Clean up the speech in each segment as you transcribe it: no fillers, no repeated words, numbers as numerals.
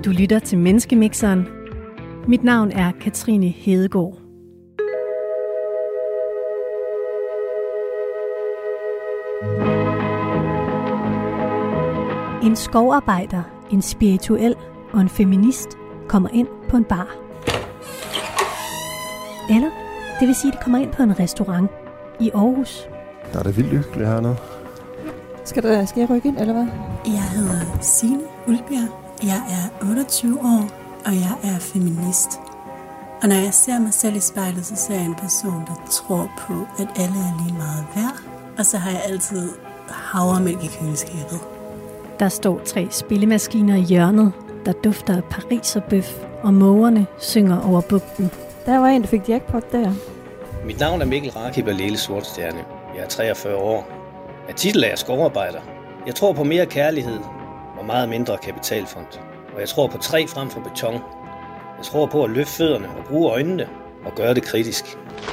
Du lytter til Menneskemixeren. Mit navn er Katrine Hedegaard. En skovarbejder, en spirituel og en feminist kommer ind på en bar. Eller, det vil sige, at de kommer ind på en restaurant i Aarhus. Der er det vildt hyggeligt hernede. Skal jeg rykke ind, eller hvad? Jeg hedder Signe Ulbjerg. Jeg er 28 år, og jeg er feminist. Og når jeg ser mig selv i spejlet, så ser jeg en person, der tror på, at alle er lige meget værd. Og så har jeg altid havremælk i køleskabet. Der står 3 spillemaskiner i hjørnet, der dufter af pariserbøf, og mågerne synger over bugten. Der var en, der fik jackpot der. Mit navn er Mikkel Rakib af Lille Sortstjerne. Jeg er 43 år. Af titel er jeg skovarbejder. Jeg tror på mere kærlighed og meget mindre kapitalfond. Og jeg tror på træ frem for beton. Jeg tror på at løfte fødderne og bruge øjnene og gøre det kritisk.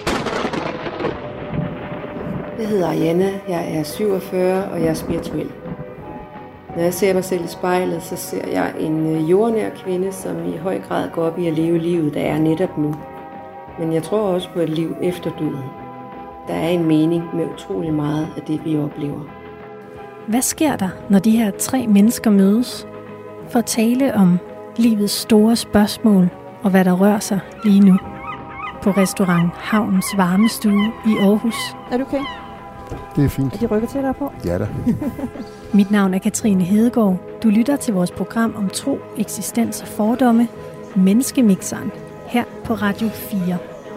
Jeg hedder Arianna, jeg er 47, og jeg er spirituel. Når jeg ser mig selv i spejlet, så ser jeg en jordnær kvinde, som i høj grad går op i at leve livet, der er netop nu. Men jeg tror også på et liv efter døden. Der er en mening med utrolig meget af det, vi oplever. Hvad sker der, når de her 3 mennesker mødes for at tale om livets store spørgsmål og hvad der rører sig lige nu på restaurant Havnens Varmestue i Aarhus? Er du okay? Det er fint. Er de rykker til dig på? Ja da. Mit navn er Katrine Hedegaard. Du lytter til vores program om tro, eksistens og fordomme, Menneskemixeren, her på Radio 4.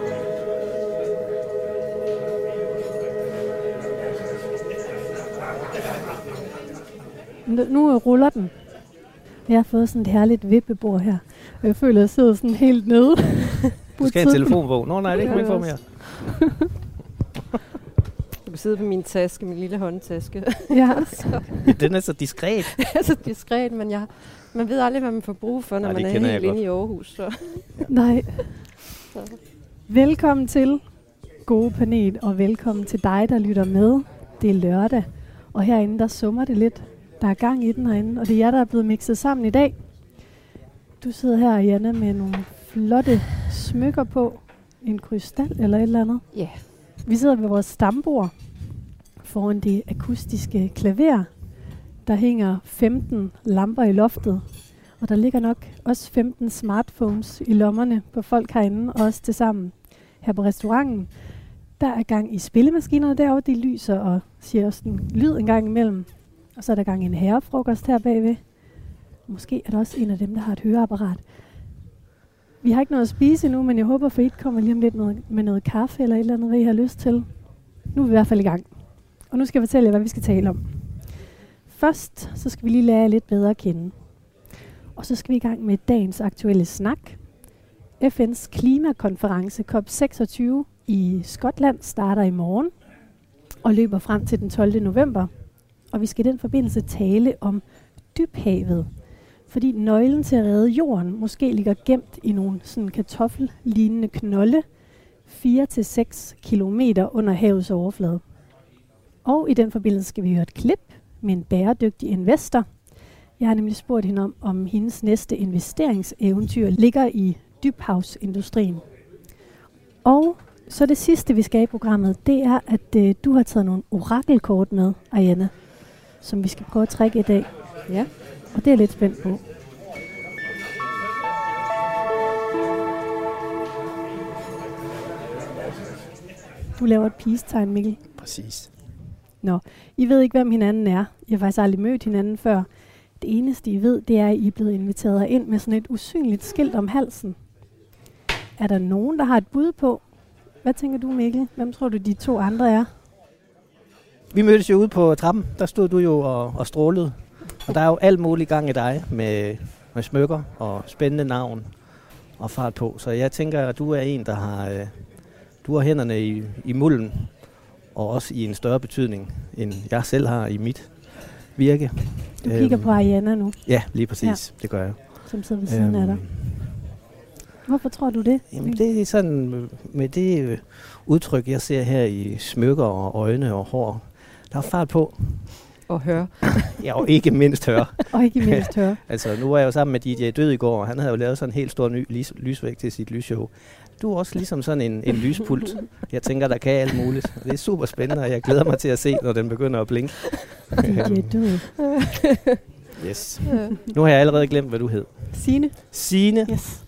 Nu ruller den. Jeg har fået sådan et herligt vippebord her. Og jeg føler, at jeg sidder sådan helt nede. Du skal have en telefonbog. Nå nej, det kan man ikke få mere. Du kan sidde på min taske, min lille håndtaske. Ja. Den er så diskret. Det er så diskret, men man ved aldrig, hvad man får brug for, når man er helt inde i Aarhus. Så. Nej. Velkommen til gode panel, og velkommen til dig, der lytter med. Det er lørdag, og herinde, der summer det lidt. Der er gang i den herinde, og det er jer, der er blevet mixet sammen i dag. Du sidder her, Janne, med nogle flotte smykker på. En krystal eller et eller andet. Ja. Yeah. Vi sidder ved vores stambord foran det akustiske klaver. Der hænger 15 lamper i loftet, og der ligger nok også 15 smartphones i lommerne på folk herinde, og også tilsammen her på restauranten. Der er gang i spillemaskinerne derovre, de lyser og siger også en lyd en gang imellem. Og så er der gang i en herrefrokost her bagved. Måske er der også en af dem, der har et høreapparat. Vi har ikke noget at spise endnu, men jeg håber, for I kommer lige om lidt med noget kaffe eller et eller andet, hvad I har lyst til. Nu er vi i hvert fald i gang. Og nu skal jeg fortælle jer, hvad vi skal tale om. Først så skal vi lige lære jer lidt bedre at kende. Og så skal vi i gang med dagens aktuelle snak. FN's klimakonference COP26 i Skotland starter i morgen og løber frem til den 12. november. Og vi skal i den forbindelse tale om dybhavet. Fordi nøglen til at redde jorden måske ligger gemt i nogle sådan kartoffellignende knolde 4-6 kilometer under havets overflade. Og i den forbindelse skal vi høre et klip med en bæredygtig investor. Jeg har nemlig spurgt hende om hendes næste investeringseventyr ligger i dybhavsindustrien. Og så det sidste, vi skal i programmet, det er, at du har taget nogle orakelkort med, Arianna, som vi skal prøve at trække i dag. Ja. Og det er jeg lidt spændt på. Du laver et peace-tegn, Mikkel. Præcis. Nå, I ved ikke, hvem hinanden er. I har faktisk aldrig mødt hinanden før. Det eneste, I ved, det er, at I er blevet inviteret ind med sådan et usynligt skilt om halsen. Er der nogen, der har et bud på? Hvad tænker du, Mikkel? Hvem tror du, de 2 andre er? Vi mødtes jo ude på trappen. Der stod du jo og strålede. Og der er jo alt muligt gang i dig med smykker og spændende navn og fart på. Så jeg tænker, at du er en, der har hænderne i mulden, og også i en større betydning, end jeg selv har i mit virke. Du kigger på Arianna nu. Ja, lige præcis. Ja. Det gør jeg. Som sidder ved siden af dig. Hvorfor tror du det? Jamen, det er sådan, med det udtryk, jeg ser her i smykker og øjne og hår, der er fart på. Og høre. Ja, og ikke mindst høre. Og ikke mindst høre. Altså, nu var jeg jo sammen med DJ Død i går, og han havde jo lavet sådan en helt stor ny lysvæg til sit lysshow. Du er også ligesom sådan en lyspult. Jeg tænker, der kan alt muligt. Og det er super spændende, og jeg glæder mig til at se, når den begynder at blinke. DJ Død. Yes. Nu har jeg allerede glemt, hvad du hed. Signe. Signe. Yes.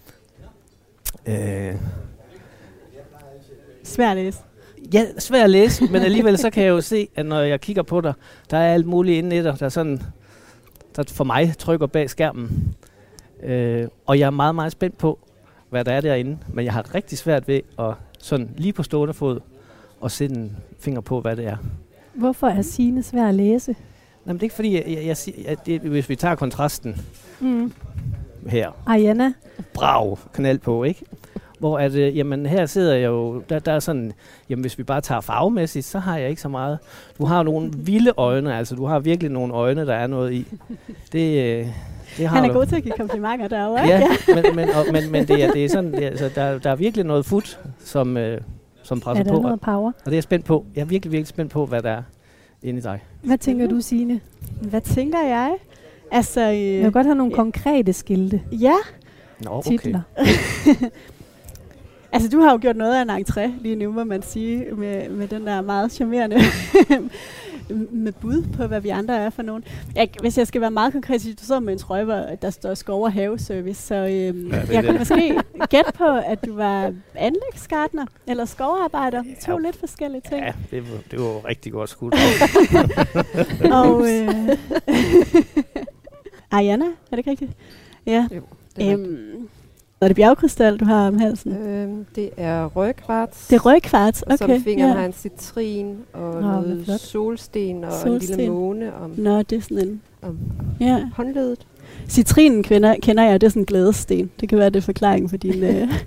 Svær at læse. Ja, svært at læse, men alligevel så kan jeg jo se, at når jeg kigger på dig, der er alt muligt inde i dig, der sådan, der for mig trykker bag skærmen. Og jeg er meget, meget spændt på, hvad der er derinde, men jeg har rigtig svært ved at sådan lige på stående fod og sætte en finger på, hvad det er. Hvorfor er Signe svær at læse? Jamen, det er ikke fordi, jeg siger, at det, hvis vi tager kontrasten her. Ariana. Brav, knald på, ikke? Hvor at, jamen her sidder jeg jo, der er sådan, jamen hvis vi bare tager farvemæssigt, så har jeg ikke så meget. Du har nogle vilde øjne, altså du har virkelig nogle øjne, der er noget i. Det har Han er du. god til at give komplimenter derovre, ikke? Ja, men det er sådan, altså, der er virkelig noget fut, som presser på. Er der noget power? Og det er jeg spændt på. Jeg er virkelig, virkelig spændt på, hvad der er inde i dig. Hvad tænker du, Signe? Hvad tænker jeg? Altså, Jeg vil godt have nogle konkrete skilte. Ja. Nå, okay. Titler. Altså, du har jo gjort noget af en entré lige nu, må man sige, med den der meget charmerende med bud på, hvad vi andre er for nogen. Hvis jeg skal være meget konkret, så står med en trøje, hvor der står skov- og haveservice, så jeg kunne måske gætte på, at du var anlægsgartner eller skovarbejder. To lidt forskellige ting. Ja, det var jo rigtig godt skudt. Og Ariana, er det ikke rigtigt? Ja. Jo, det er er det bjergkrystal, du har om halsen? det er røgkvarts. Det er røgkvarts, okay. Som fingeren har en citrin og noget flot. solsten og en lille måne om, Nå, det er sådan en håndledet. Citrinen kender jeg, det er sådan en glædesten. Det kan være, det er forklaringen for din...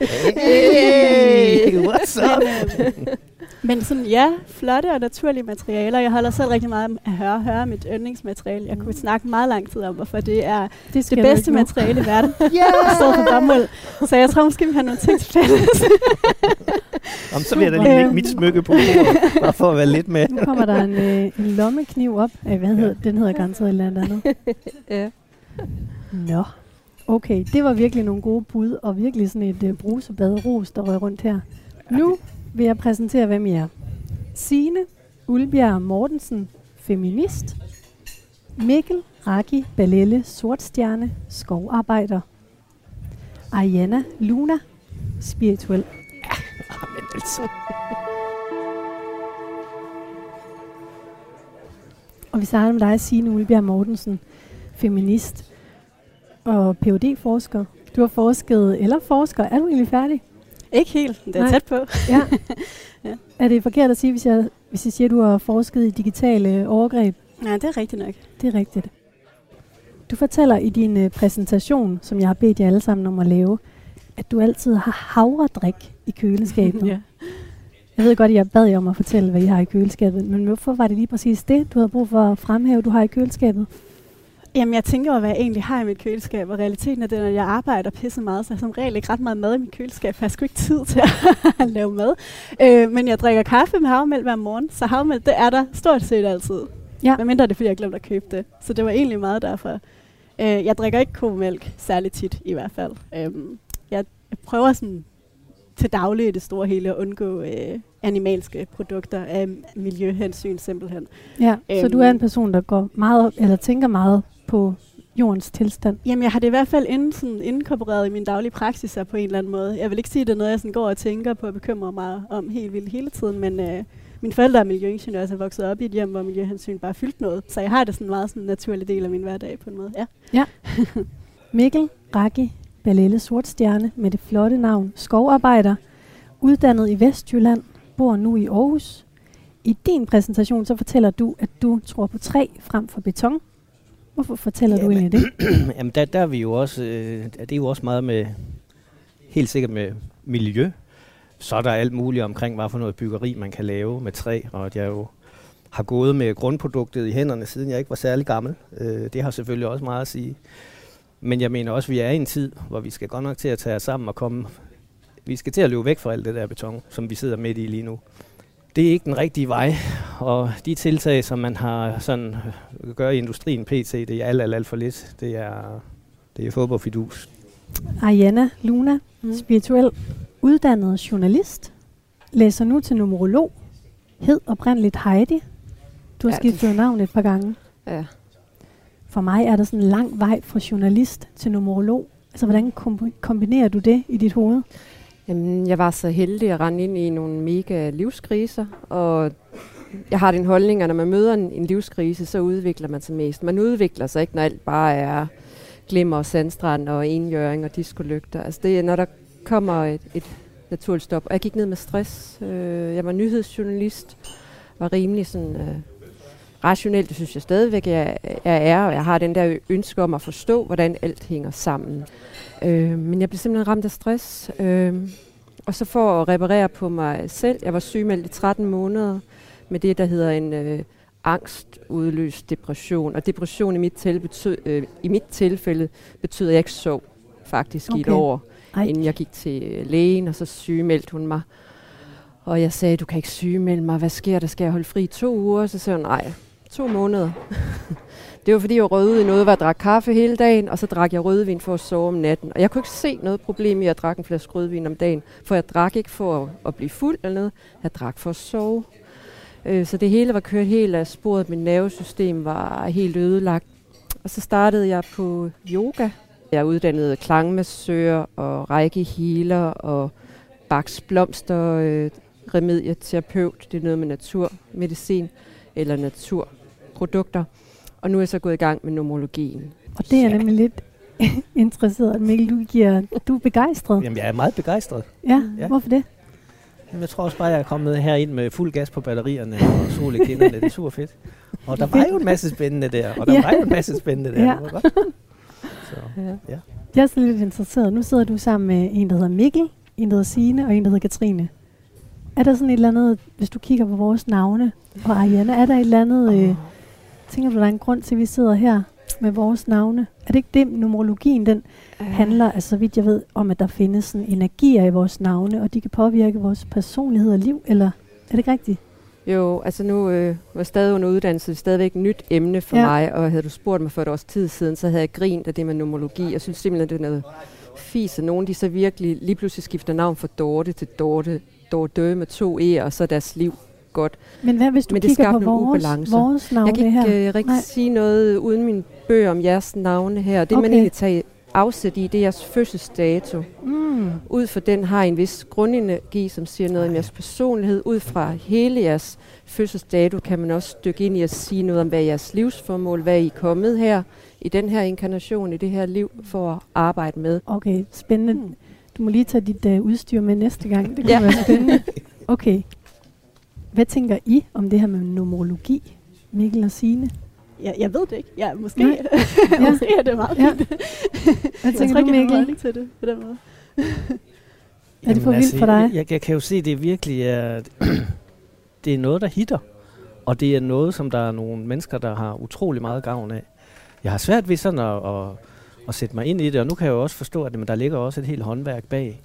Hey, what's up? Men sådan, ja, flotte og naturlige materialer. Jeg holder selv rigtig meget af høre mit yndlingsmateriale. Jeg kunne snakke meget lang tid om, hvorfor det er det bedste materiale i verden. I stedet for bomuld. Så jeg tror måske, vi har nogle ting til fælles. Så vil jeg da lige lægge mit smykke på bordet, bare for at være lidt med. Nu kommer der en lommekniv op. Den hedder garanteret et eller andet. Ja. Nå. Okay, det var virkelig nogle gode bud, og virkelig sådan et brusebaderos, der røg rundt her. Nu vil jeg præsentere, hvem I er. Signe Ulbjerg Mortensen, feminist. Mikkel Raki Balelle, sortstjerne, skovarbejder. Ariana Luna, spirituel. Men altså. Og vi starter med dig, Signe Ulbjerg Mortensen, feminist og Ph.D.-forsker. Du har forsket, eller forsker, er du egentlig færdig? Ikke helt, det er tæt på. Ja. Ja. Er det forkert at sige, hvis jeg siger, at du har forsket i digitale overgreb? Nej, det er rigtigt nok. Det er rigtigt. Du fortæller i din præsentation, som jeg har bedt jer alle sammen om at lave, at du altid har havredrik i køleskabet. Ja. Jeg ved godt, at jeg bad jer om at fortælle, hvad I har i køleskabet, men hvorfor var det lige præcis det, du havde brug for at fremhæve, du har i køleskabet? Jamen, jeg tænker over, hvad jeg egentlig har i mit køleskab, og realiteten er den, at jeg arbejder pisse meget, så jeg har som regel ikke ret meget mad i mit køleskab, for jeg har sgu ikke tid til at lave mad. Men jeg drikker kaffe med havmælk hver morgen, så havmælk, det er der stort set altid. Ja. Men mindre det er, fordi jeg glemte at købe det. Så det var egentlig meget derfor. Jeg drikker ikke komælk særlig tit, i hvert fald. Jeg prøver sådan til daglig i det store hele at undgå animalske produkter af miljøhensyn simpelthen. Ja, så du er en person, der går meget, eller tænker meget på jordens tilstand? Jamen, jeg har det i hvert fald inkorporeret i min daglige praksis på en eller anden måde. Jeg vil ikke sige, at det er noget, jeg sådan går og tænker på og bekymrer mig om helt vildt hele tiden, men mine forældre er miljøingeniører, så jeg er vokset op i et hjem, hvor miljøhensyn bare fyldt noget. Så jeg har det sådan meget sådan en naturlig del af min hverdag på en måde. Ja. Mikkel Raki Balelle Sortstjerne med det flotte navn skovarbejder, uddannet i Vestjylland, bor nu i Aarhus. I din præsentation så fortæller du, at du tror på træ frem for beton. Hvorfor fortæller du egentlig det? Jamen der er vi jo også, det er jo også meget med, helt sikkert med miljø. Så er der alt muligt omkring, hvad for noget byggeri man kan lave med træ, og at jeg jo har gået med grundproduktet i hænderne, siden jeg ikke var særlig gammel. Det har selvfølgelig også meget at sige. Men jeg mener også, at vi er i en tid, hvor vi skal godt nok til at tage os sammen og komme. Vi skal til at løbe væk fra alt det der beton, som vi sidder midt i lige nu. det er ikke den rigtige vej. Og de tiltag, som man har sådan gør i industrien pt, det er alt for lidt. Det er fup og fidus. Arianna Luna, spirituel uddannet journalist, læser nu til numerolog, hed oprindeligt Heidi. Du har skiftet navn et par gange. Ja. For mig er der sådan en lang vej fra journalist til numerolog. Altså, hvordan kombinerer du det i dit hoved? Jamen, jeg var så heldig at rende ind i nogle mega livskriser, og jeg har den holdning, at når man møder en livskrise, så udvikler man sig mest. Man udvikler sig ikke, når alt bare er glimmer og sandstrand og enhjøring og diskolygter. Altså, det er, når der kommer et naturligt stop. Og jeg gik ned med stress. Jeg var nyhedsjournalist, var rimelig sådan rationelt, det synes jeg stadigvæk, jeg er, og jeg har den der ønske om at forstå, hvordan alt hænger sammen. Men jeg blev simpelthen ramt af stress. Og så for at reparere på mig selv, jeg var sygemeldt i 13 måneder med det, der hedder en angstudløst depression. Og depression i mit tilfælde betyder, at jeg ikke sov faktisk i et år, inden jeg gik til lægen, og så sygemeldte hun mig. Og jeg sagde, du kan ikke sygemelde mig, hvad sker der, skal jeg holde fri 2 uger? Så sagde hun, nej, 2 måneder. Det var fordi, jeg var rød i noget, hvor jeg drak kaffe hele dagen, og så drak jeg rødvin for at sove om natten. Og jeg kunne ikke se noget problem i at drikke en flaske rødvin om dagen, for jeg drak ikke for at blive fuld eller noget, jeg drak for at sove. Så det hele var kørt helt af sporet, mit nervesystem var helt ødelagt. Og så startede jeg på yoga. Jeg uddannede klangmassør og rækkehealer og Bachs blomster, remedieterapeut, det er noget med naturmedicin eller naturprodukter. Og nu er jeg så gået i gang med numerologien. Og det er nemlig lidt interesseret, Mikkel. Du er begejstret. Jamen, jeg er meget begejstret. Ja, hvorfor det? Jamen, jeg tror også bare, at jeg er kommet herind med fuld gas på batterierne og sol i kinderne. Det er super fedt. Og der var jo en masse spændende der. Ja. Så, ja. Jeg er så lidt interesseret. Nu sidder du sammen med en, der hedder Mikkel, en, der hedder Signe, og en, der hedder Katrine. Er der sådan et eller andet, hvis du kigger på vores navne og Arianna, er der et eller andet, tænker du, der er en grund til, at vi sidder her med vores navne? Er det ikke det, numerologien den handler, altså så vidt jeg ved, om at der findes sådan energier i vores navne, og de kan påvirke vores personlighed og liv, eller er det ikke rigtigt? Jo, altså nu var jeg stadig under uddannelse, det er stadigvæk et nyt emne for mig, og havde du spurgt mig for et års tid siden, så havde jeg grint af det med numerologi. Jeg synes simpelthen, det er noget fis, at nogen de så virkelig lige pludselig skifter navn fra Dorte til Dorte med 2 E'er, og så deres liv godt. Men hvad hvis du kigger på vores navne her? Jeg kan ikke rigtig sige noget uden min bøger om jeres navne her. Det man egentlig tager afsæt i, det er jeres fødselsdato. Ud fra den har en vis grundenergi, som siger noget om jeres personlighed. Ud fra hele jeres fødselsdato kan man også dykke ind i at sige noget om, hvad er jeres livsformål, hvad er I kommet her i den her inkarnation, i det her liv, for at arbejde med. Okay, spændende. Du må lige tage dit udstyr med næste gang. Det kunne være spændende. Okay. Hvad tænker I om det her med numerologi, Mikkel og Signe? Jeg ved det ikke. Ja, måske. Måske er det meget fint. Hvad tænker du, Mikkel? Jeg til det på den måde. Er det for vildt for dig? Jeg kan jo se, at det virkelig er, det er noget, der hitter. Og det er noget, som der er nogle mennesker, der har utrolig meget gavn af. Jeg har svært ved sådan at sætte mig ind i det, og nu kan jeg jo også forstå, at der ligger også et helt håndværk bag.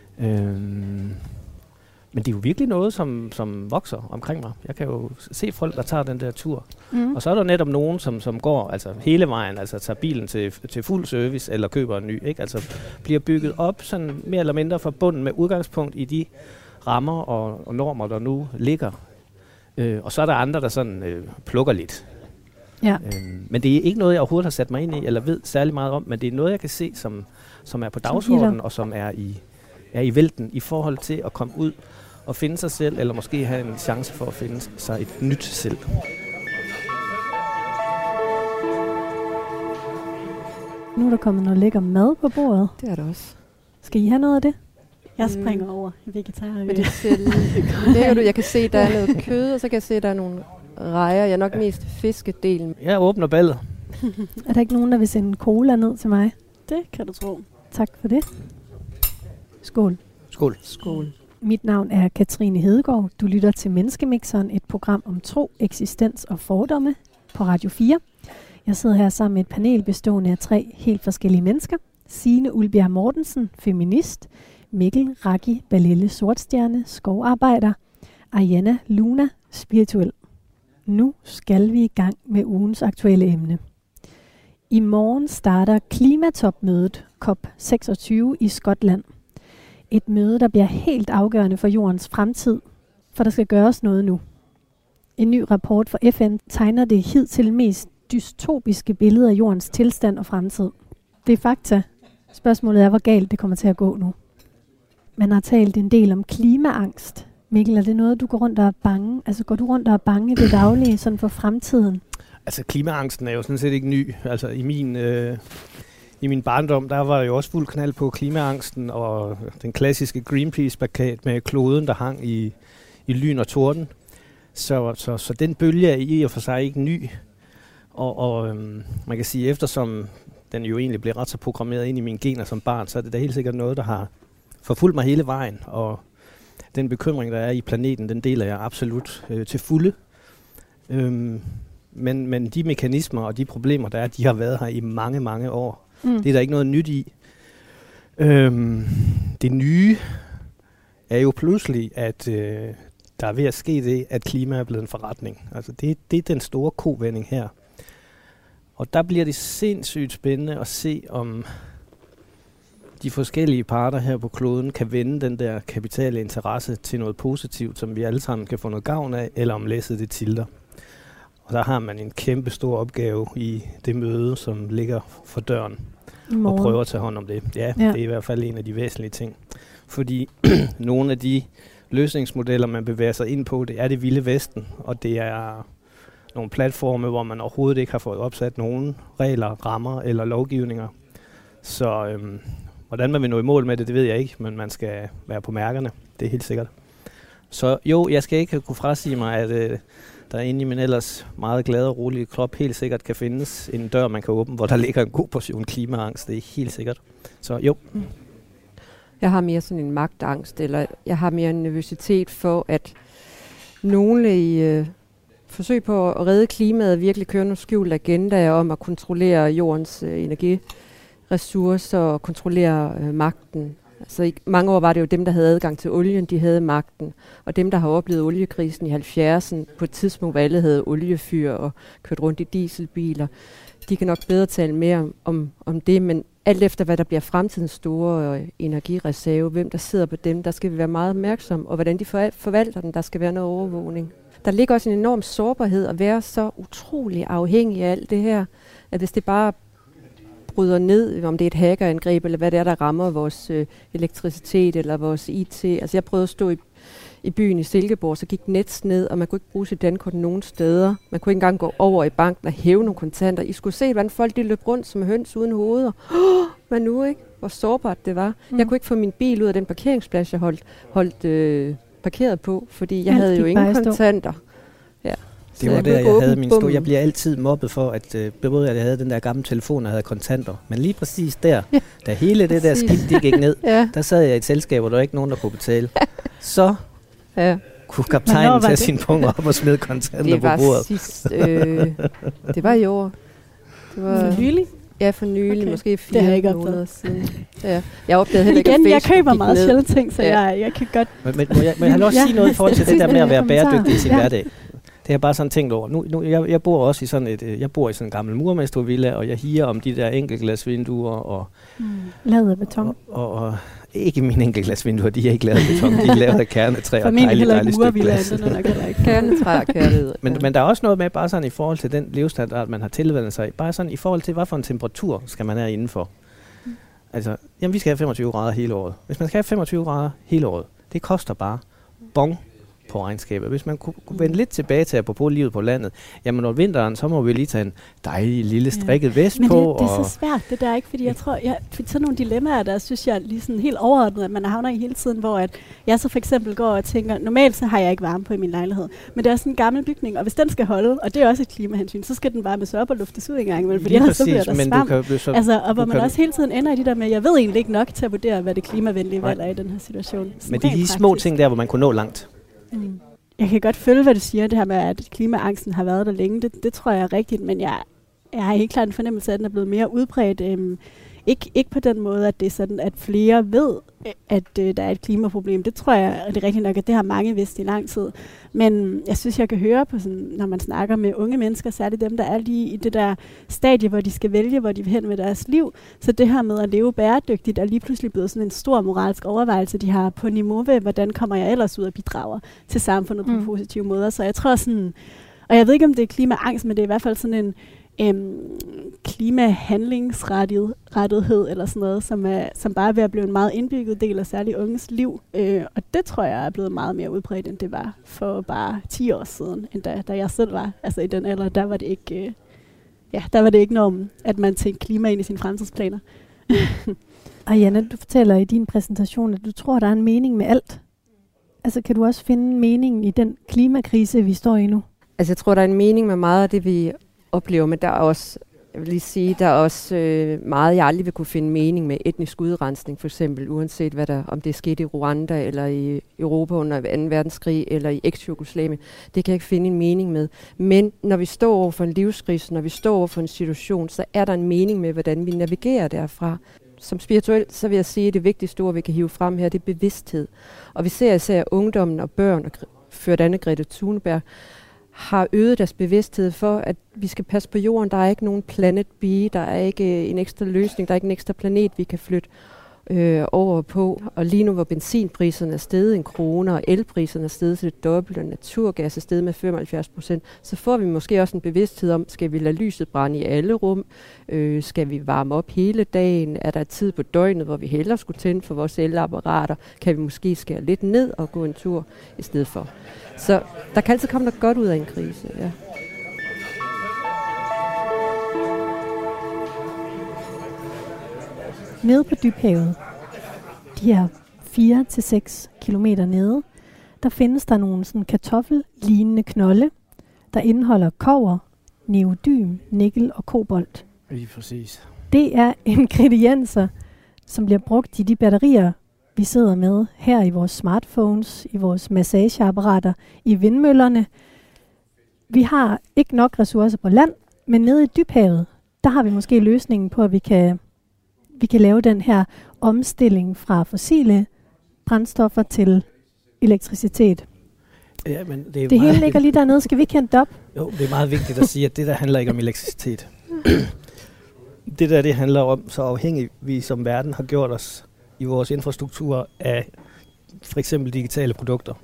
Men det er jo virkelig noget, som vokser omkring mig. Jeg kan jo se folk, der tager den der tur. Og så er der netop nogen, som går altså hele vejen, altså tager bilen til fuld service eller køber en ny. Ikke? Altså bliver bygget op sådan mere eller mindre fra bunden med udgangspunkt i de rammer og normer, der nu ligger. Og så er der andre, der sådan plukker lidt. Ja. Men det er ikke noget, jeg overhovedet har sat mig ind i, eller ved særlig meget om, men det er noget, jeg kan se, som er på dagsordenen, og som er i vælten i forhold til at komme ud og finde sig selv, eller måske have en chance for at finde sig et nyt selv. Nu er der kommet noget lækker mad på bordet. Det er der også. Skal I have noget af det? Jeg springer over vegetar. Men det ser jeg kan se, der er noget kød, og så kan jeg se, der er nogle rejer. Jeg er nok mest fiskedelen. Jeg åbner ballet. Er der ikke nogen, der vil sende cola ned til mig? Det kan du tro. Tak for det. Skål. Skål. Skål. Mit navn er Katrine Hedegaard. Du lytter til Menneskemixeren, et program om tro, eksistens og fordomme på Radio 4. Jeg sidder her sammen med et panel bestående af 3 helt forskellige mennesker. Signe Ulbjerg Mortensen, feminist. Mikkel Raki Balelle Sortstjerne, skovarbejder. Arianna Luna, spirituel. Nu skal vi i gang med ugens aktuelle emne. I morgen starter klimatopmødet COP26 i Skotland. Et møde, der bliver helt afgørende for jordens fremtid, for der skal gøres noget nu. En ny rapport fra FN tegner det hidtil mest dystopiske billede af jordens tilstand og fremtid. Det er fakta. Spørgsmålet er, hvor galt det kommer til at gå nu. Man har talt en del om klimaangst. Mikkel, er det noget, du går rundt og er bange? Altså går du rundt og er bange i det daglige, sådan for fremtiden? Altså klimaangsten er jo sådan set ikke ny. Altså i min barndom, der var jo også fuld knald på klimaangsten og den klassiske Greenpeace-plakat med kloden, der hang i lyn og torden. Så den bølge er i og for sig ikke ny. Og man kan sige, eftersom den jo egentlig blev ret så programmeret ind i mine gener som barn, så er det da helt sikkert noget, der har forfulgt mig hele vejen. Og den bekymring, der er i planeten, den deler jeg absolut til fulde. Men de mekanismer og de problemer, der er, de har været her i mange, mange år. Det er der ikke noget nyt i. Det nye er jo pludselig, at der er ved at ske det, at klima er blevet en forretning. Altså det er den store kovending her. Og der bliver det sindssygt spændende at se, om de forskellige parter her på kloden kan vende den der kapitale interesse til noget positivt, som vi alle sammen kan få noget gavn af, eller om læsset det tilter. Og der har man en kæmpe stor opgave i det møde, som ligger for døren, og prøver at tage hånd om det. Ja, det er i hvert fald en af de væsentlige ting. Fordi nogle af de løsningsmodeller, man bevæger sig ind på, det er det vilde vesten, og det er nogle platforme, hvor man overhovedet ikke har fået opsat nogen regler, rammer eller lovgivninger. Så hvordan man vil nå i mål med det, det ved jeg ikke, men man skal være på mærkerne, det er helt sikkert. Så jo, jeg skal ikke kunne frasige mig, at der inde i min ellers meget glade og rolige krop helt sikkert kan findes en dør, man kan åbne, hvor der ligger en god portion klimaangst. Det er helt sikkert. Så jo. Jeg har mere sådan en magtangst, eller jeg har mere en nervøsitet for, at nogle i forsøg på at redde klimaet virkelig kører nogle skjulte agendaer om at kontrollere jordens energiressourcer og kontrollere magten. Altså i mange år var det jo dem, der havde adgang til olien, de havde magten. Og dem, der har oplevet oliekrisen i 70'erne, på et tidspunkt, hvor alle havde oliefyr og kørt rundt i dieselbiler, de kan nok bedre tale mere om det, men alt efter, hvad der bliver fremtidens store energireserve, hvem der sidder på dem, der skal vi være meget opmærksomme, og hvordan de forvalter den, der skal være noget overvågning. Der ligger også en enorm sårbarhed at være så utrolig afhængig af alt det her, at hvis det bare bryder ned, om det er et hackerangreb, eller hvad det er, der rammer vores elektricitet, eller vores IT. Altså jeg prøvede at stå i byen i Silkeborg, så gik Nets ned, og man kunne ikke bruge sit dankort nogen steder. Man kunne ikke engang gå over i banken og hæve nogle kontanter. I skulle se, hvordan folk de løb rundt som høns uden hoveder. Hvad nu, ikke? Hvor sårbart det var. Jeg kunne ikke få min bil ud af den parkeringsplads, jeg holdt parkeret på, fordi jeg havde jo ingen kontanter. Ja. Det var der, jeg havde min store. Jeg bliver altid mobbet for, at både at jeg havde den der gamle telefon, og havde kontanter. Men lige præcis der, da hele det der skidt, det gik ned, der sad jeg i et selskab, hvor der var ikke nogen, der kunne betale. Så kunne kaptajnen tage sin punkt op og smide kontanter på bordet. Det var i år. Det var for nylig? Ja, for nylig. Måske 4 måneder siden. Ja. Jeg opdagede heller ikke, at Facebook jeg køber meget sjældent ting, så jeg kan godt... Men må jeg også sige noget i forhold til det der med at være bæredygtig i sin hverdag? Det har jeg bare sådan tænkt over. Nu jeg bor også i sådan en gammel murmestervilla, og jeg higer om de der enkeltglasvinduer og lavet af beton. Og ikke mine enkeltglasvinduer, de er ikke lavet af beton, de er lavet af kernetræ og dejligt stykke glas. Kernetræ og kærlighed. Men der er også noget med bare sådan i forhold til den levestandard, man har tilvænnet sig. Bare sådan i forhold til, hvad for en temperatur skal man have indenfor. Altså, jamen vi skal have 25 grader hele året. Hvis man skal have 25 grader hele året, det koster bare bong på regnskabet. Hvis man kunne vende lidt tilbage til apropos livet på landet, jamen når vinteren, så må vi lige tage en dejlig lille strikket vest på. Men det er så svært, det der, ikke? Fordi jeg tror, sådan nogle dilemmaer, der synes jeg lige sådan helt overordnet, at man havner i hele tiden, hvor at jeg så for eksempel går og tænker, normalt så har jeg ikke varme på i min lejlighed, men det er sådan en gammel bygning, og hvis den skal holde, og det er også et klimahensyn, så skal den bare med op og luftes ud en gang imellem, fordi ellers så bliver der svamp. Altså, og hvor man også hele tiden ender i de der med, jeg ved egentlig ikke nok til at vurdere, hvad det klimavenlige valg er i den her situation. Men det er de små ting der, hvor man kunne nå langt. Jeg kan godt følge, hvad du siger, det her med, at klimaangsten har været der længe. Det tror jeg er rigtigt, men jeg har helt klart en fornemmelse af, at den er blevet mere udbredt Ikke på den måde, at det er sådan, at flere ved, at der er et klimaproblem. Det tror jeg er det rigtigt nok, at det har mange vidst i lang tid. Men jeg synes, jeg kan høre på sådan, når man snakker med unge mennesker, særligt dem, der er lige i det der stadie, hvor de skal vælge, hvor de vil hen med deres liv. Så det her med at leve bæredygtigt er lige pludselig blevet sådan en stor moralsk overvejelse, de har på niveau ved, hvordan kommer jeg ellers ud og bidrager til samfundet på positive måder. Så jeg tror sådan, og jeg ved ikke, om det er klimaangst, men det er i hvert fald sådan en klimahandlingsrettighed eller sådan noget, som bare er ved at blive en meget indbygget del af særligt unges liv. Og det tror jeg er blevet meget mere udbredt, end det var for bare 10 år siden, end da jeg selv var. Altså i den alder, der var det ikke, der var det ikke normen, at man tænkte klima ind i sine fremtidsplaner. Og Janne, du fortæller i din præsentation, at du tror, der er en mening med alt. Altså kan du også finde meningen i den klimakrise, vi står i nu? Altså jeg tror, der er en mening med meget af det, vi oplever, men der er også, jeg vil lige sige, der er også meget, jeg aldrig vil kunne finde mening med etnisk udrensning, for eksempel, uanset hvad om det er sket i Rwanda, eller i Europa under 2. verdenskrig, eller i eks-Jugoslavien. Det kan jeg ikke finde en mening med. Men når vi står over for en livskrise, når vi står over for en situation, så er der en mening med, hvordan vi navigerer derfra. Som spirituelt, så vil jeg sige, at det vigtigste ord, vi kan hive frem her, det er bevidsthed. Og vi ser især ungdommen og børn, og ført Anne Grete Thunberg, har øget deres bevidsthed for, at vi skal passe på jorden. Der er ikke nogen planet B, der er ikke en ekstra løsning, der er ikke en ekstra planet, vi kan flytte over på. Og lige nu, hvor benzinpriserne er steget 1 krone, og elpriserne er steget til det dobbelte, og naturgas er steget med 75%, så får vi måske også en bevidsthed om, skal vi lade lyset brænde i alle rum? Skal vi varme op hele dagen? Er der tid på døgnet, hvor vi hellere skulle tænde for vores elapparater? Kan vi måske skære lidt ned og gå en tur i stedet for? Så der kan altid komme noget godt ud af en krise, ja. Nede på dybhavet, de her 4-6 kilometer nede, der findes der nogle sådan kartoffellignende knolde, der indeholder kobber, neodym, nikkel og kobolt. Lige præcis. Det er ingredienser, som bliver brugt i de batterier, vi sidder med her i vores smartphones, i vores massageapparater, i vindmøllerne. Vi har ikke nok ressourcer på land, men nede i dybhavet, der har vi måske løsningen på, at vi kan lave den her omstilling fra fossile brændstoffer til elektricitet. Ja, men det hele ligger lige dernede. Skal vi ikke hente op? Jo, det er meget vigtigt at sige, at det der handler ikke om elektricitet. Det handler om, så afhængigt vi som verden har gjort os i vores infrastruktur af for eksempel digitale produkter.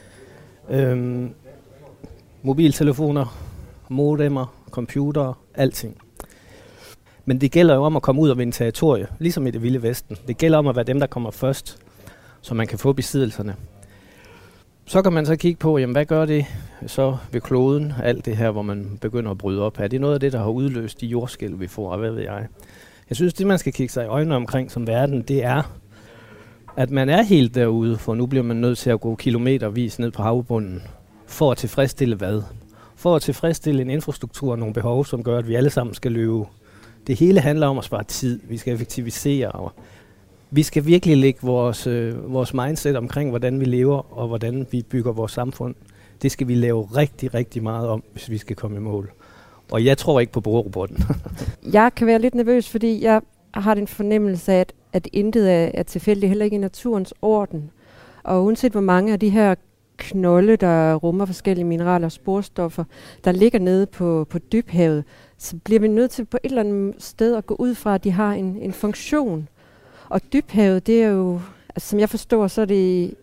Mobiltelefoner, modemmer, computere, alting. Men det gælder jo om at komme ud og vinde territorie, ligesom i det vilde vesten. Det gælder om at være dem, der kommer først, så man kan få besiddelserne. Så kan man så kigge på, jamen, hvad gør det så ved kloden, alt det her, hvor man begynder at bryde op. Er det noget af det, der har udløst de jordskælv, vi får, og hvad ved jeg? Jeg synes, det man skal kigge sig i øjnene omkring som verden, det er, at man er helt derude, for nu bliver man nødt til at gå kilometervis ned på havbunden, for at tilfredsstille hvad? For at tilfredsstille en infrastruktur og nogle behov, som gør, at vi alle sammen skal løbe. Det hele handler om at spare tid, vi skal effektivisere, og vi skal virkelig lægge vores mindset omkring, hvordan vi lever, og hvordan vi bygger vores samfund. Det skal vi lave rigtig, rigtig meget om, hvis vi skal komme i mål. Og jeg tror ikke på brugerrobotten. Jeg kan være lidt nervøs, fordi jeg har den fornemmelse af, at intet er tilfældigt, heller ikke i naturens orden. Og uanset hvor mange af de her knolde, der rummer forskellige mineraler og sporstoffer, der ligger nede på dybhavet, så bliver vi nødt til på et eller andet sted at gå ud fra, at de har en funktion. Og dybhavet, det er jo, altså, som jeg forstår, så er det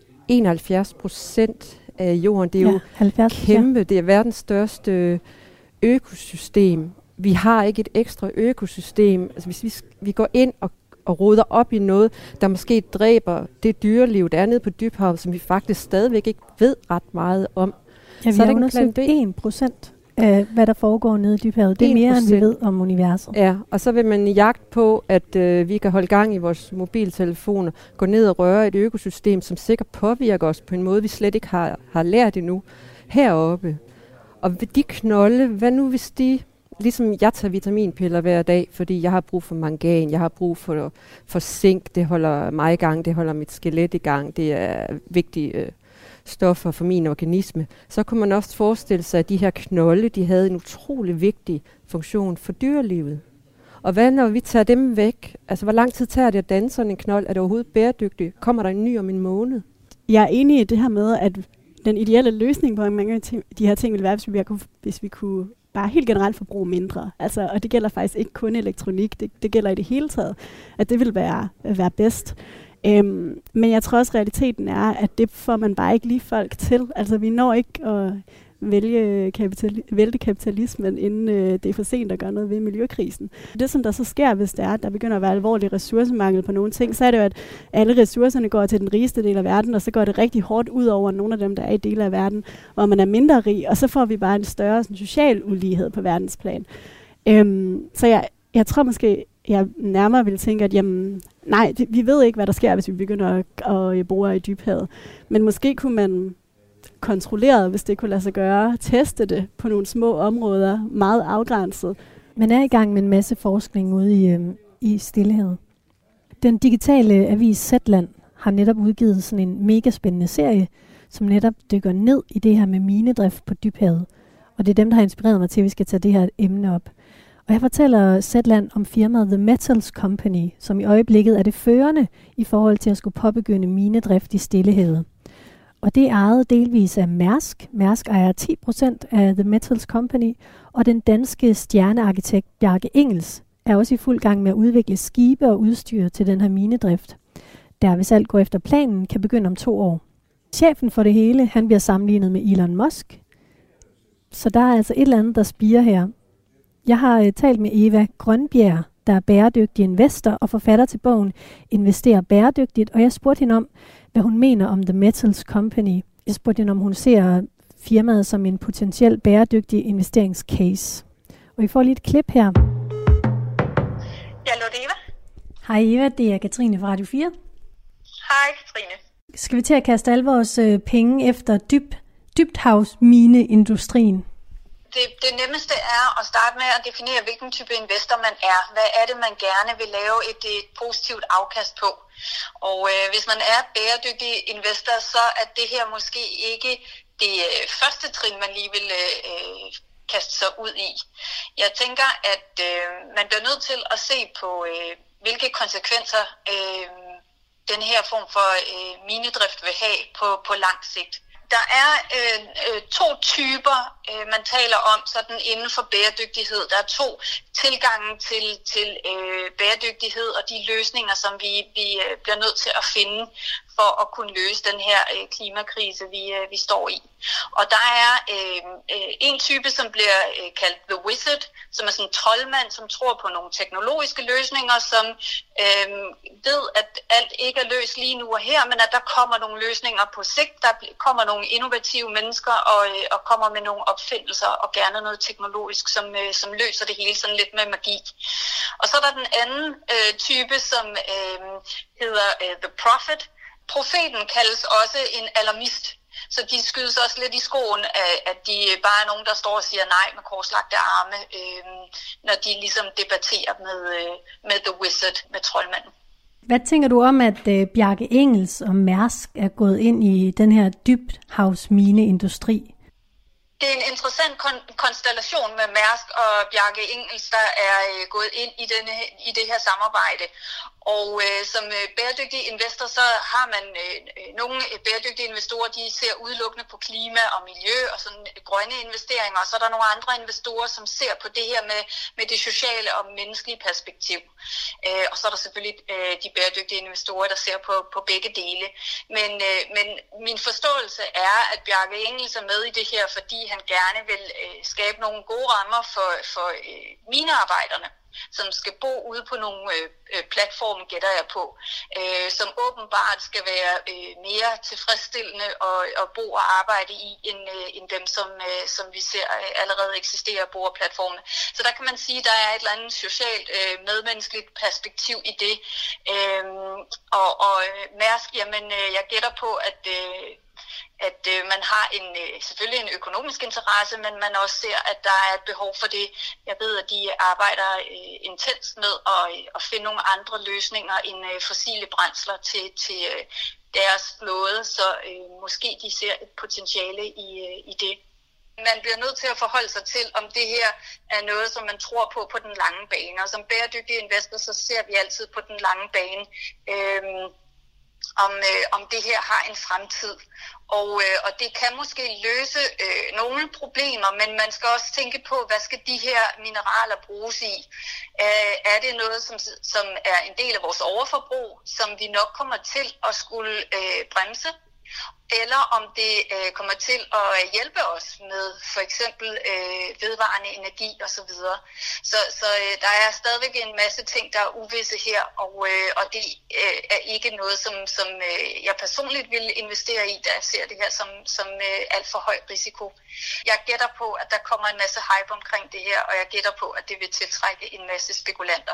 71% af jorden. Det er jo 70, kæmpe, det er verdens største økosystem. Vi har ikke et ekstra økosystem. Altså, hvis vi går ind og roder op i noget, der måske dræber det dyreliv, der er nede på dybhavet, som vi faktisk stadigvæk ikke ved ret meget om. Ja, vi har undersøgt 1% af, hvad der foregår nede i dybhavet. Det er mere, end vi ved om universet. Ja, og så vil man i jagt på, at vi kan holde gang i vores mobiltelefoner, gå ned og røre et økosystem, som sikkert påvirker os på en måde, vi slet ikke har lært endnu heroppe. Og de knolde, hvad nu hvis de, ligesom jeg tager vitaminpiller hver dag, fordi jeg har brug for mangan, jeg har brug for zink, det holder mig i gang, det holder mit skelet i gang, det er vigtige stoffer for min organisme, så kunne man også forestille sig, at de her knolde, de havde en utrolig vigtig funktion for dyrelivet. Og hvad når vi tager dem væk? Altså, hvor lang tid tager det at danne sådan en knold? Er det overhovedet bæredygtigt? Kommer der en ny om en måned? Jeg er enig i det her med, at den ideelle løsning på mange af de her ting ville være, hvis vi kunne bare helt generelt forbruge mindre. Altså, og det gælder faktisk ikke kun elektronik, det gælder i det hele taget, at det vil være bedst. Men jeg tror også, realiteten er, at det får man bare ikke lige folk til. Altså, vi når ikke at vælte kapitalismen, inden det er for sent at gøre noget ved miljøkrisen. Det, som der så sker, hvis det er, at der begynder at være alvorlig ressourcemangel på nogle ting, så er det jo, at alle ressourcerne går til den rigeste del af verden, og så går det rigtig hårdt ud over nogle af dem, der er i dele af verden, hvor man er mindre rig, og så får vi bare en større sådan, social ulighed på verdensplan. Så jeg tror måske, jeg nærmere vil tænke, at jamen, nej, vi ved ikke, hvad der sker, hvis vi begynder at bore i dybhavet. Men måske kunne man kontrolleret, hvis det kunne lade sig gøre, teste det på nogle små områder, meget afgrænset. Man er i gang med en masse forskning ude i Stillehavet. Den digitale avis Zetland har netop udgivet sådan en mega spændende serie, som netop dykker ned i det her med minedrift på dybhavet. Og det er dem, der har inspireret mig til, at vi skal tage det her emne op. Og jeg fortæller Zetland om firmaet The Metals Company, som i øjeblikket er det førende i forhold til at skulle påbegynde minedrift i Stillehavet. Og det er ejet delvis af Mærsk. Mærsk ejer 10% af The Metals Company, og den danske stjernearkitekt Bjarke Ingels er også i fuld gang med at udvikle skibe og udstyr til den her minedrift, der hvis alt går efter planen, kan begynde om 2 år. Chefen for det hele, han bliver sammenlignet med Elon Musk. Så der er altså et eller andet, der spirer her. Jeg har talt med Eva Grønbjerg, der er bæredygtig investor og forfatter til bogen Investere bæredygtigt, og jeg spurgte hende om, hvad hun mener om The Metals Company. Jeg spurgte hende, om hun ser firmaet som en potentiel bæredygtig investeringscase. Og I får lige et klip her. Ja, hallo, det er Eva. Hej Eva, det er Katrine fra Radio 4. Hej Katrine. Skal vi til at kaste alle vores penge efter dybthavsmineindustrien? Det nemmeste er at starte med at definere, hvilken type investor man er. Hvad er det, man gerne vil lave et positivt afkast på? Og hvis man er bæredygtig investor, så er det her måske ikke det første trin, man lige vil kaste sig ud i. Jeg tænker, at man bliver nødt til at se på, hvilke konsekvenser den her form for minedrift vil have på lang sigt. Der er 2 typer, man taler om sådan inden for bæredygtighed. Der er 2 tilgange til bæredygtighed og de løsninger, som vi bliver nødt til at finde for at kunne løse den her klimakrise, vi står i. Og der er en type, som bliver kaldt The Wizard, som er sådan en troldmand, som tror på nogle teknologiske løsninger, som ved, at alt ikke er løst lige nu og her, men at der kommer nogle løsninger på sigt, der kommer nogle innovative mennesker og kommer med nogle opfindelser og gerne noget teknologisk, som løser det hele sådan lidt med magi. Og så er der den anden type, som hedder The Prophet. Profeten kaldes også en alarmist, så de skydes også lidt i skoen af, at de bare er nogen, der står og siger nej med korslagte arme, når de ligesom debatterer med The Wizard, med troldmanden. Hvad tænker du om, at Bjarke Ingels og Mærsk er gået ind i den her dybthavsmineindustri? Det er en interessant konstellation med Mærsk og Bjarke Ingels, der er gået ind i det her samarbejde. Og som bæredygtig investor, så har man nogle bæredygtige investorer, de ser udelukkende på klima og miljø og sådan grønne investeringer. Og så er der nogle andre investorer, som ser på det her med det sociale og menneskelige perspektiv. Og så er der selvfølgelig de bæredygtige investorer, der ser på begge dele. Men min forståelse er, at Bjarke Ingels er med i det her, fordi han gerne vil skabe nogle gode rammer for minearbejderne, som skal bo ude på nogle platforme, gætter jeg på, som åbenbart skal være mere tilfredsstillende at bo og arbejde i, end dem, som vi ser allerede eksisterer på platformene. Så der kan man sige, at der er et eller andet socialt, medmenneskeligt perspektiv i det. Og Mærsk, jamen, jeg gætter på, at man har selvfølgelig en økonomisk interesse, men man også ser, at der er et behov for det. Jeg ved, at de arbejder intenst med at finde nogle andre løsninger end fossile brændsler til deres flåde, så måske de ser et potentiale i det. man bliver nødt til at forholde sig til, om det her er noget, som man tror på den lange bane. Og som bæredygtig investor, så ser vi altid på den lange bane, om det her har en fremtid. Og det kan måske løse nogle problemer, men man skal også tænke på, hvad skal de her mineraler bruges i? Er det noget, som er en del af vores overforbrug, som vi nok kommer til at skulle bremse? Eller om det kommer til at hjælpe os med for eksempel vedvarende energi osv. Så der er stadigvæk en masse ting, der er uvisse her, og det er ikke noget, som jeg personligt vil investere i, da jeg ser det her som alt for høj risiko. Jeg gætter på, at der kommer en masse hype omkring det her, og jeg gætter på, at det vil tiltrække en masse spekulanter.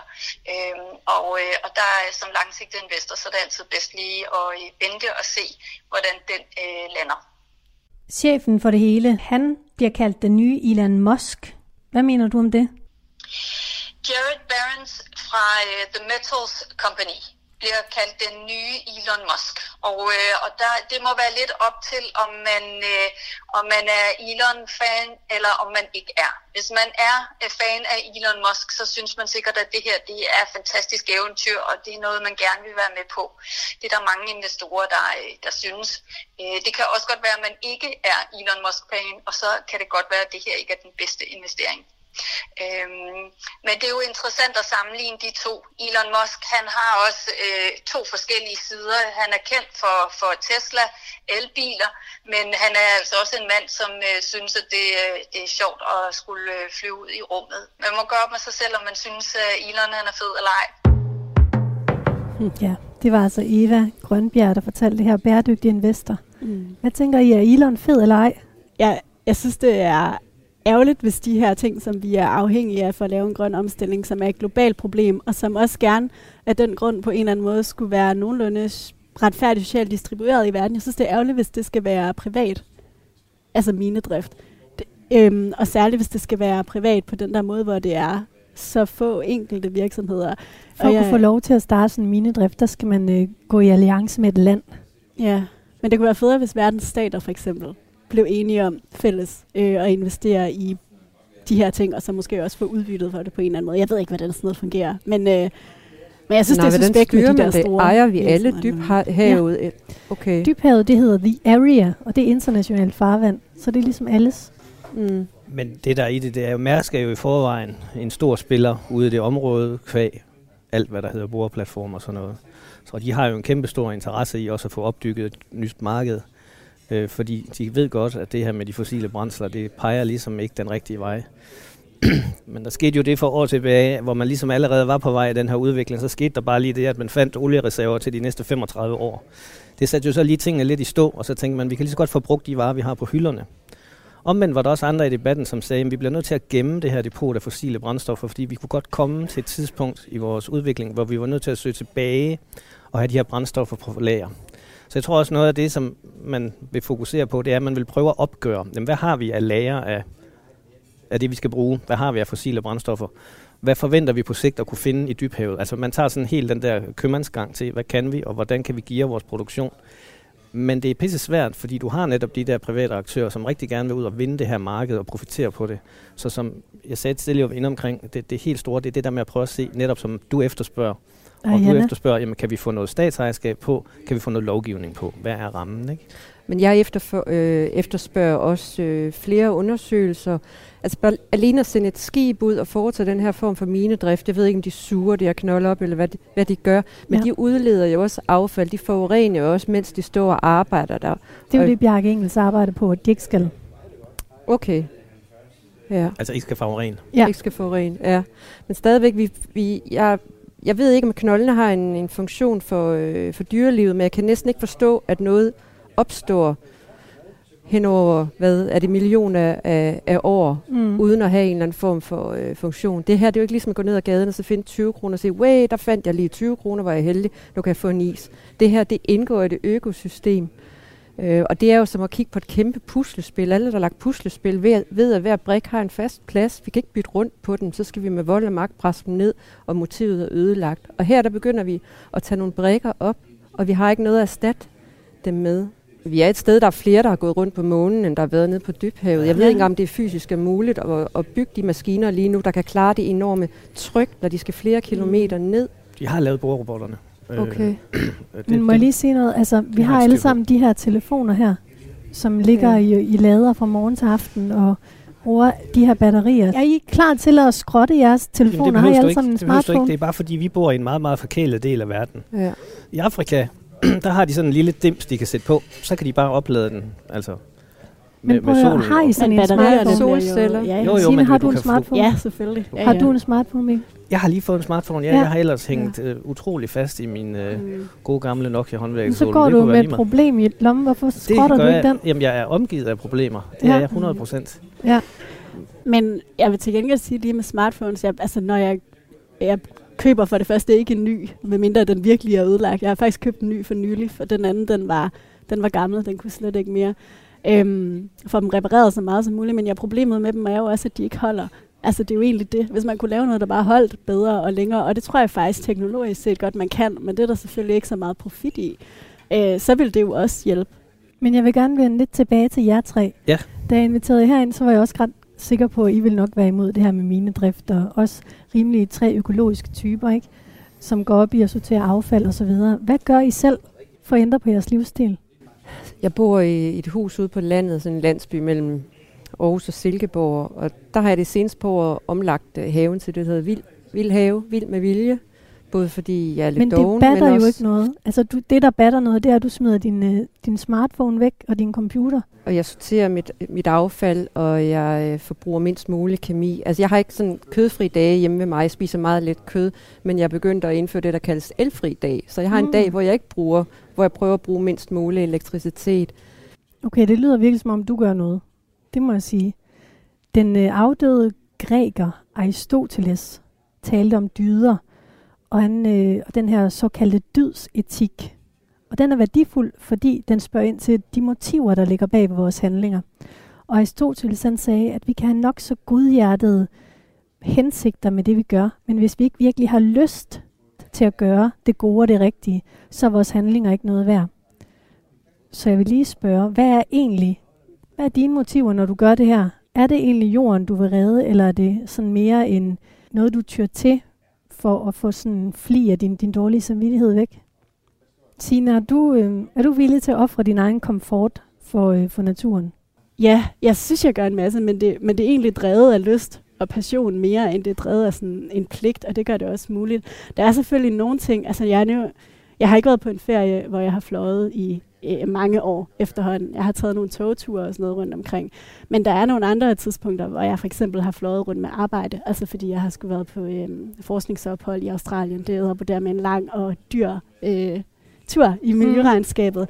Og der er som langsigtet investor, så er det altid bedst lige at vente og se, hvordan den lander. Chefen for det hele, han bliver kaldt den nye Elon Musk. Hvad mener du om det? Jared Barons fra The Metals Company bliver kaldt den nye Elon Musk. Og det må være lidt op til, om man er Elon-fan, eller om man ikke er. Hvis man er fan af Elon Musk, så synes man sikkert, at det her det er et fantastisk eventyr, og det er noget, man gerne vil være med på. Det er der mange investorer, der synes. Det kan også godt være, at man ikke er Elon Musk-fan, og så kan det godt være, at det her ikke er den bedste investering. Men det er jo interessant at sammenligne de to. Elon Musk, han har også to forskellige sider. Han er kendt for Tesla, elbiler, men han er altså også en mand, som synes, at det er sjovt at skulle flyve ud i rummet. Man må gøre op med sig selv, om man synes, at Elon han er fed eller ej. Ja, det var altså Eva Grønbjerg, der fortalte det her bæredygtige investor. Hvad tænker I, er Elon fed eller ej? Ja, jeg synes, det er ærgerligt, hvis de her ting, som vi er afhængige af for at lave en grøn omstilling, som er et globalt problem, og som også gerne af den grund på en eller anden måde skulle være nogenlunde retfærdigt socialt distribueret i verden. Jeg synes, det er ærgerligt, hvis det skal være privat. Altså minedrift. Og særligt, hvis det skal være privat på den der måde, hvor det er så få enkelte virksomheder. For at kunne få lov til at starte sådan en minedrift, der skal man gå i alliance med et land. Ja, men det kunne være federe, hvis verdens stater for eksempel blev enige om fælles at investere i de her ting, og så måske også få udbyttet for det på en eller anden måde. Jeg ved ikke, hvordan sådan noget fungerer, men jeg synes, det er suspekt med de der store. Ejer vi alle dybhavet? Ja. Okay. Dybhavet, det hedder The Area, og det er internationalt farvand, så det er ligesom alles. Men det der er i det er jo, Mærsk er jo i forvejen en stor spiller ude i det område, kvæg alt, hvad der hedder boreplatform og sådan noget. Så de har jo en kæmpe stor interesse i også at få opbygget et nyt marked. Fordi de ved godt, at det her med de fossile brændsler, det peger ligesom ikke den rigtige vej. Men der skete jo det for år tilbage, hvor man ligesom allerede var på vej i den her udvikling, så skete der bare lige det, at man fandt oliereserver til de næste 35 år. Det satte jo så lige tingene lidt i stå, og så tænkte man, vi kan lige så godt få brugt de varer, vi har på hylderne. Omvendt var der også andre i debatten, som sagde, at vi bliver nødt til at gemme det her depot af fossile brændstoffer, fordi vi kunne godt komme til et tidspunkt i vores udvikling, hvor vi var nødt til at søge tilbage og have de her brændstoffer på lager. Så jeg tror også noget af det, som man vil fokusere på, det er, at man vil prøve at opgøre, hvad har vi af lager af det, vi skal bruge? Hvad har vi af fossile brændstoffer? Hvad forventer vi på sigt at kunne finde i dybhavet? Altså man tager sådan helt den der købmandsgang til, hvad kan vi, og hvordan kan vi geare vores produktion? Men det er pisse svært, fordi du har netop de der private aktører, som rigtig gerne vil ud og vinde det her marked og profitere på det. Så som jeg sagde tidligere inde omkring, det helt store, det er det der med at prøve at se, netop som du efterspørger. Og du efterspørger, jamen, kan vi få noget statsejerskab på? Kan vi få noget lovgivning på? Hvad er rammen, ikke? Men jeg efterspørger også flere undersøgelser. Altså bare alene at sende et skib ud og foretage den her form for minedrift. Jeg ved ikke, om de suger det her knold op, eller hvad de gør. Men de udleder jo også affald. De forurener jo også, mens de står og arbejder der. Det er jo det, Bjarke Engels arbejder på, at de ikke skal. Okay. Ja. Altså ikke skal forurene. Ja. Ikke skal forurene, ja. Men stadigvæk, jeg ved ikke, om knoldene har en funktion for dyrelivet, men jeg kan næsten ikke forstå, at noget opstår henover, er det millioner af år, uden at have en eller anden form for funktion. Det her, det er jo ikke ligesom at gå ned ad gaden og så finde 20 kroner og sige, der fandt jeg lige 20 kroner, var jeg heldig, nu kan jeg få en is. Det her, det indgår i det økosystem. Og det er jo som at kigge på et kæmpe puslespil. Alle, der har lagt puslespil, ved at hver brik har en fast plads. Vi kan ikke bytte rundt på dem, så skal vi med vold og magt presse dem ned, og motivet er ødelagt. Og her der begynder vi at tage nogle brikker op, og vi har ikke noget at erstatte dem med. Vi er et sted, der er flere, der har gået rundt på månen, end der har været nede på dybhavet. Jeg ved ikke engang, om det er fysisk muligt at bygge de maskiner lige nu, der kan klare det enorme tryk, når de skal flere kilometer ned. De har lavet borerobotterne. Okay. Men må jeg lige sige noget? Altså, vi har alle sammen de her telefoner her, som ligger i lader fra morgen til aften og bruger de her batterier. Er I klar til at skrotte jeres telefoner? Har I alle sammen en smartphone? Ikke. Det er bare fordi, vi bor i en meget, meget forkælet del af verden. Ja. I Afrika, der har de sådan en lille dims, de kan sætte på. Så kan de bare oplade den, altså med solen. Har I sådan en smartphone? Solceller? Jo, Signe, har du en smartphone? Ja, selvfølgelig. Har du en smartphone, Mikkel? Jeg har lige fået en smartphone. Jeg har ellers hængt utrolig fast i min gode gamle Nokia håndværksol. Så går du med et problem i lommen. Hvorfor skrotter du ikke den? Jamen, jeg er omgivet af problemer. Det er jeg 100%. Ja. Men jeg vil til gengæld sige lige med smartphones, når jeg køber for det første ikke en ny, medmindre den virkelig er ødelagt. Jeg har faktisk købt en ny for nylig, for den anden, den var gammel, den kunne slet ikke mere. For dem repareret så meget som muligt, men problemet med dem er jo også, at de ikke holder. Altså det er jo egentlig det. Hvis man kunne lave noget, der bare holdt bedre og længere, og det tror jeg faktisk teknologisk set godt, man kan, men det er der selvfølgelig ikke så meget profit i, så vil det jo også hjælpe. Men jeg vil gerne vende lidt tilbage til jer tre. Ja. Da jeg inviterede jer herind, så var jeg også ret sikker på, at I vil nok være imod det her med minedrift, og også rimelige 3 økologiske typer, ikke? Som går op i at sortere affald og så videre. Hvad gør I selv for at ændre på jeres livsstil? Jeg bor i et hus ude på landet, sådan en landsby mellem Aarhus og Silkeborg, og der har jeg det senest på at omlagt haven til det, der hedder vild have, vild med vilje. Både fordi jeg er lidt doven, men det batter jo ikke noget. Altså det, der batter noget, det er, at du smider din smartphone væk og din computer. Og jeg sorterer mit affald, og jeg forbruger mindst mulig kemi. Altså jeg har ikke sådan kødfri dage hjemme ved mig. Jeg spiser meget lidt kød, men jeg er begyndt at indføre det, der kaldes elfri dag. Så jeg har en dag, hvor jeg prøver at bruge mindst mulig elektricitet. Okay, det lyder virkelig som om, du gør noget. Det må jeg sige. Den afdøde græker Aristoteles talte om dyder, og den her såkaldte dydsetik. Og den er værdifuld, fordi den spørger ind til de motiver, der ligger bag vores handlinger. Og Aristoteles han sagde, at vi kan have nok så godhjertede hensigter med det, vi gør, men hvis vi ikke virkelig har lyst til at gøre det gode og det rigtige, så er vores handlinger ikke noget værd. Så jeg vil lige spørge, hvad er dine motiver, når du gør det her? Er det egentlig jorden, du vil redde, eller er det sådan mere end noget, du tyr til for at få sådan en fli af din dårlige samvittighed væk? Signe, er du villig til at ofre din egen komfort for naturen? Ja, jeg synes, jeg gør en masse, men det er egentlig drevet af lyst og passion mere, end det er drevet af sådan en pligt, og det gør det også muligt. Der er selvfølgelig nogle ting, altså jeg har ikke været på en ferie, hvor jeg har fløjet i mange år efterhånden. Jeg har taget nogle togture og sådan noget rundt omkring. Men der er nogle andre tidspunkter, hvor jeg for eksempel har fløjet rundt med arbejde, altså fordi jeg har skulle været på forskningsophold i Australien. Det er der med en lang og dyr tur i miljøregnskabet.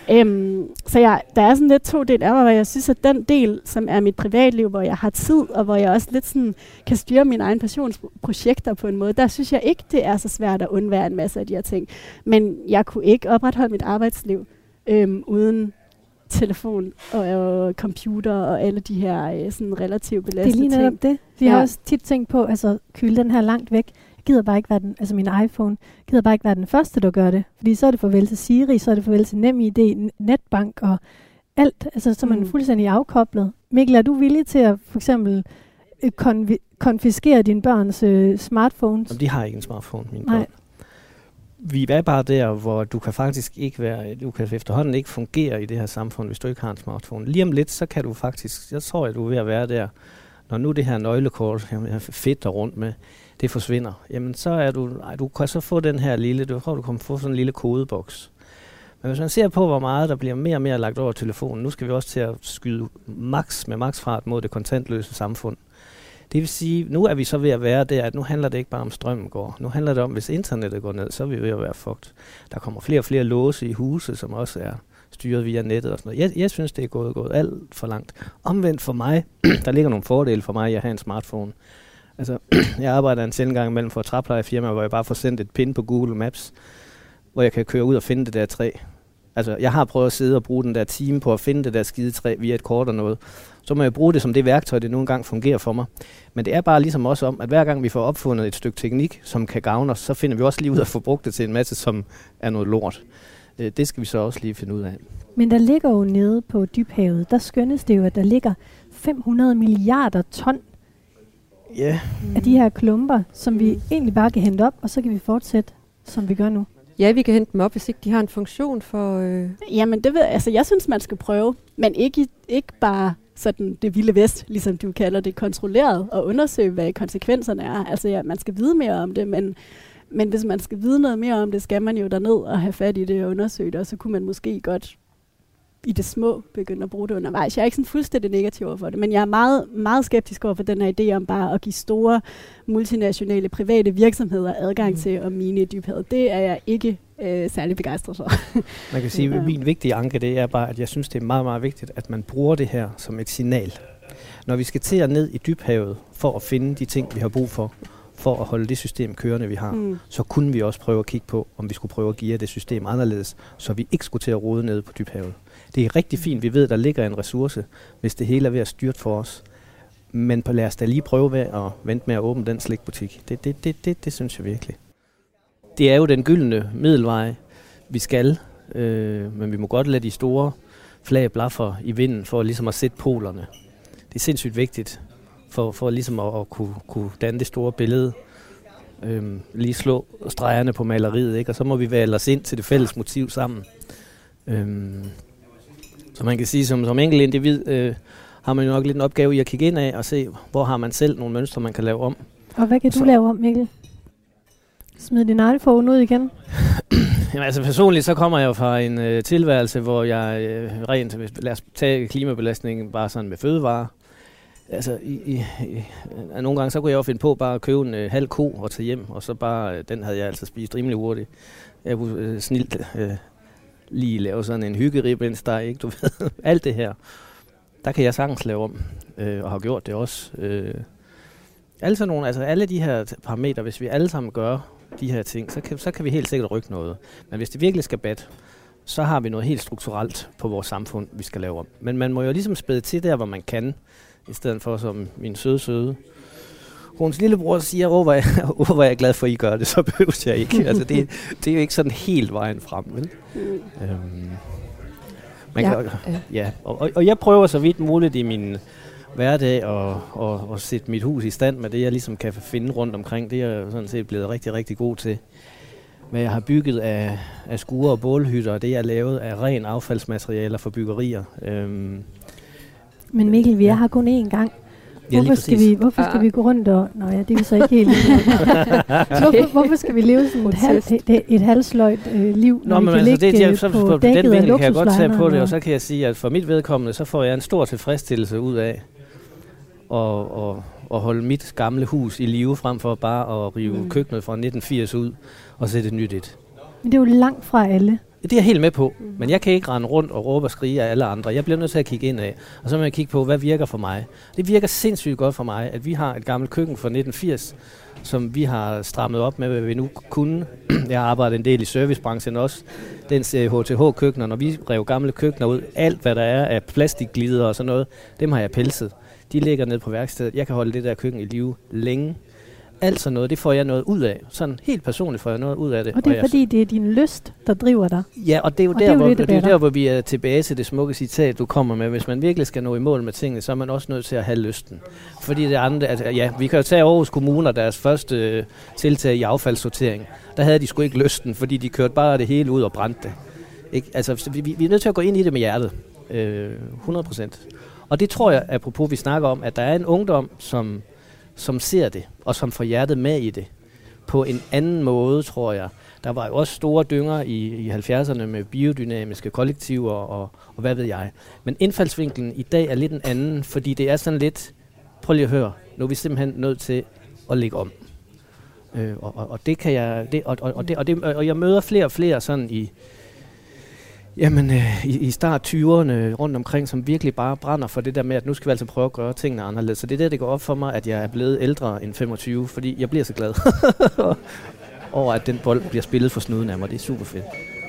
Så der er sådan lidt 2 dele af mig, hvor jeg synes, at den del, som er mit privatliv, hvor jeg har tid, og hvor jeg også lidt sådan kan styre mine egne passionsprojekter på en måde, der synes jeg ikke, det er så svært at undvære en masse af de her ting. Men jeg kunne ikke opretholde mit arbejdsliv uden telefon og computer og alle de her sådan relativt belastende ting. Det er lige netop det. Vi har også tit tænkt på, altså kyle den her langt væk. Jeg gider bare ikke være min iPhone, gider bare ikke være den første, der gør det. Fordi så er det farvel til Siri, så er det farvel til NemID, netbank og alt. Altså så er man fuldstændig afkoblet. Mikkel, er du villig til at for eksempel konfiskere dine børns smartphones? Jamen, de har ikke en smartphone, mine børn. Vi er bare der, hvor du kan faktisk ikke du kan efterhånden ikke fungere i det her samfund, hvis du ikke har en smartphone. Lige om lidt, så kan du faktisk, jeg tror, at du er ved at være der, når nu det her nøglekort, jeg fedter rundt med, det forsvinder, jamen så er du kan så få den her lille, du kan få sådan en lille kodeboks. Men hvis man ser på, hvor meget der bliver mere og mere lagt over telefonen, nu skal vi også til at skyde med maksfart mod det kontantløse samfund. Det vil sige, nu er vi så ved at være der, at nu handler det ikke bare om strømmen går. Nu handler det om, hvis internettet går ned, så er vi ved at være fucked. Der kommer flere og flere låse i huse, som også er styret via nettet og sådan noget. Jeg synes, det er gået alt for langt. Omvendt for mig, der ligger nogle fordele for mig, at have en smartphone. Altså, jeg arbejder en sjældent gang imellem for et træplejefirma, hvor jeg bare får sendt et pin på Google Maps, hvor jeg kan køre ud og finde det der træ. Altså, jeg har prøvet at sidde og bruge den der time på at finde det der skide træ via et kort og noget. Så må jeg bruge det som det værktøj, det nogle gange fungerer for mig. Men det er bare ligesom også om, at hver gang vi får opfundet et stykke teknik, som kan gavne os, så finder vi også lige ud af at få brugt det til en masse, som er noget lort. Det skal vi så også lige finde ud af. Men der ligger jo nede på dybhavet, der skønnes det jo, at der ligger 500 milliarder ton af de her klumper, som vi egentlig bare kan hente op, og så kan vi fortsætte, som vi gør nu. Ja, vi kan hente dem op, hvis ikke de har en funktion for... Jamen, det ved jeg. Altså, jeg synes, man skal prøve, men ikke bare sådan det vilde vest, ligesom du kalder det, kontrolleret, og undersøge, hvad konsekvenserne er. Altså, ja, man skal vide mere om det, men hvis man skal vide noget mere om det, skal man jo derned og have fat i det og undersøge det, og så kunne man måske godt i det små begynde at bruge det undervejs. Jeg er ikke sådan fuldstændig negativ over for det, men jeg er meget, meget skeptisk over for den her idé om bare at give store multinationale private virksomheder adgang til at mine i dybhavet. Det er jeg ikke særlig begejstret for. Man kan sige, at min vigtige anke, det er bare, at jeg synes, det er meget, meget vigtigt, at man bruger det her som et signal. Når vi skal til at ned i dybhavet for at finde de ting, vi har brug for at holde det system kørende, vi har, så kunne vi også prøve at kigge på, om vi skulle prøve at geare det system anderledes, så vi ikke skulle til at rode nede på dybhavet. Det er rigtig fint, vi ved, at der ligger en ressource, hvis det hele er ved at styrte for os. Men lad os da lige prøve ved at vente med at åbne den slikbutik. Det synes jeg virkelig. Det er jo den gyldne middelvej, vi skal, men vi må godt lade de store flag blaffer i vinden for ligesom at sætte polerne. Det er sindssygt vigtigt for ligesom at kunne danne det store billede. Lige slå stregerne på maleriet, ikke? Og så må vi valge os ind til det fælles motiv sammen. Så man kan sige, som enkelt individ har man jo nok lidt en opgave i at kigge ind af og se, hvor har man selv nogle mønstre, man kan lave om. Og hvad kan du lave om, Mikkel? Smid din iPhone ud igen? Jamen, altså personligt, så kommer jeg jo fra en tilværelse, hvor jeg rent, lad os tage klimabelastningen bare sådan med fødevarer. Altså, nogle gange, så kunne jeg jo finde på bare at købe en halv ko og tage hjem, og så bare, den havde jeg altså spist rimelig hurtigt. Jeg kunne snilt lige lave sådan en hyggeribbensteg, ikke? Du ved, alt det her. Der kan jeg sagtens lave om, og har gjort det også. Altså alle de her parametre, hvis vi alle sammen gør de her ting, så kan vi helt sikkert rykke noget. Men hvis det virkelig skal bat, så har vi noget helt strukturelt på vores samfund, vi skal lave om. Men man må jo ligesom spæde til der, hvor man kan, i stedet for som min søde. Hendes lillebror siger, hvor jeg er glad for, at I gør det, så behøver jeg ikke. Altså, det er jo ikke sådan helt vejen frem, vel? Og jeg prøver så vidt muligt i min hverdag at sætte mit hus i stand med det, jeg ligesom kan finde rundt omkring. Det er jeg sådan set blevet rigtig, rigtig god til. Hvad jeg har bygget af skure og bålhytter, og det jeg har lavet af ren affaldsmaterialer for byggerier. Men Mikkel, vi er her kun én gang. Hvorfor skal vi gå rundt og... Nå ja, det er så ikke helt hvorfor skal vi leve sådan et halvsløjt liv, når vi kan ligge på dækket af luksuslejer? Kan jeg godt tage på det, og så kan jeg sige, at for mit vedkommende, så får jeg en stor tilfredsstillelse ud af at holde mit gamle hus i live, frem for bare at rive køkkenet fra 1980 ud og sætte et nyt et. Men det er jo langt fra alle. Det er jeg helt med på, men jeg kan ikke rende rundt og råbe og skrige af alle andre. Jeg bliver nødt til at kigge ind af, og så må jeg kigge på, hvad virker for mig. Det virker sindssygt godt for mig, at vi har et gammelt køkken fra 1980, som vi har strammet op med, hvad vi nu kunne. Jeg har arbejdet en del i servicebranchen også. Den HTH-køkkener, når vi rev gamle køkkener ud, alt hvad der er af plastikglider og sådan noget, dem har jeg pelset. De ligger nede på værkstedet. Jeg kan holde det der køkken i live længe. Alt sådan noget, det får jeg noget ud af. Sådan helt personligt får jeg noget ud af det. Og det er fordi, det er din lyst, der driver dig. Ja, og det er jo der, hvor vi er tilbage til det smukke citat, du kommer med. Hvis man virkelig skal nå i mål med tingene, så er man også nødt til at have lysten. Fordi det andre, altså, ja, vi kan jo tage Aarhus Kommune, deres første tiltag i affaldssortering. Der havde de sgu ikke lysten, fordi de kørte bare det hele ud og brændte det. Ikke? Altså, vi er nødt til at gå ind i det med hjertet. 100%. Og det tror jeg, apropos vi snakker om, at der er en ungdom, som ser det, og som får hjertet med i det. På en anden måde, tror jeg. Der var jo også store dynger i 70'erne med biodynamiske kollektiver og hvad ved jeg. Men indfaldsvinklen i dag er lidt en anden, fordi det er sådan lidt, prøv lige at høre, nu er vi simpelthen nødt til at lægge om. Og det kan jeg, og jeg møder flere og flere sådan i start 20'erne rundt omkring, som virkelig bare brænder for det der med, at nu skal vi altså prøve at gøre tingene anderledes. Så det er det går op for mig, at jeg er blevet ældre end 25, fordi jeg bliver så glad over, at den bold bliver spillet for snuden af mig. Det er super fedt.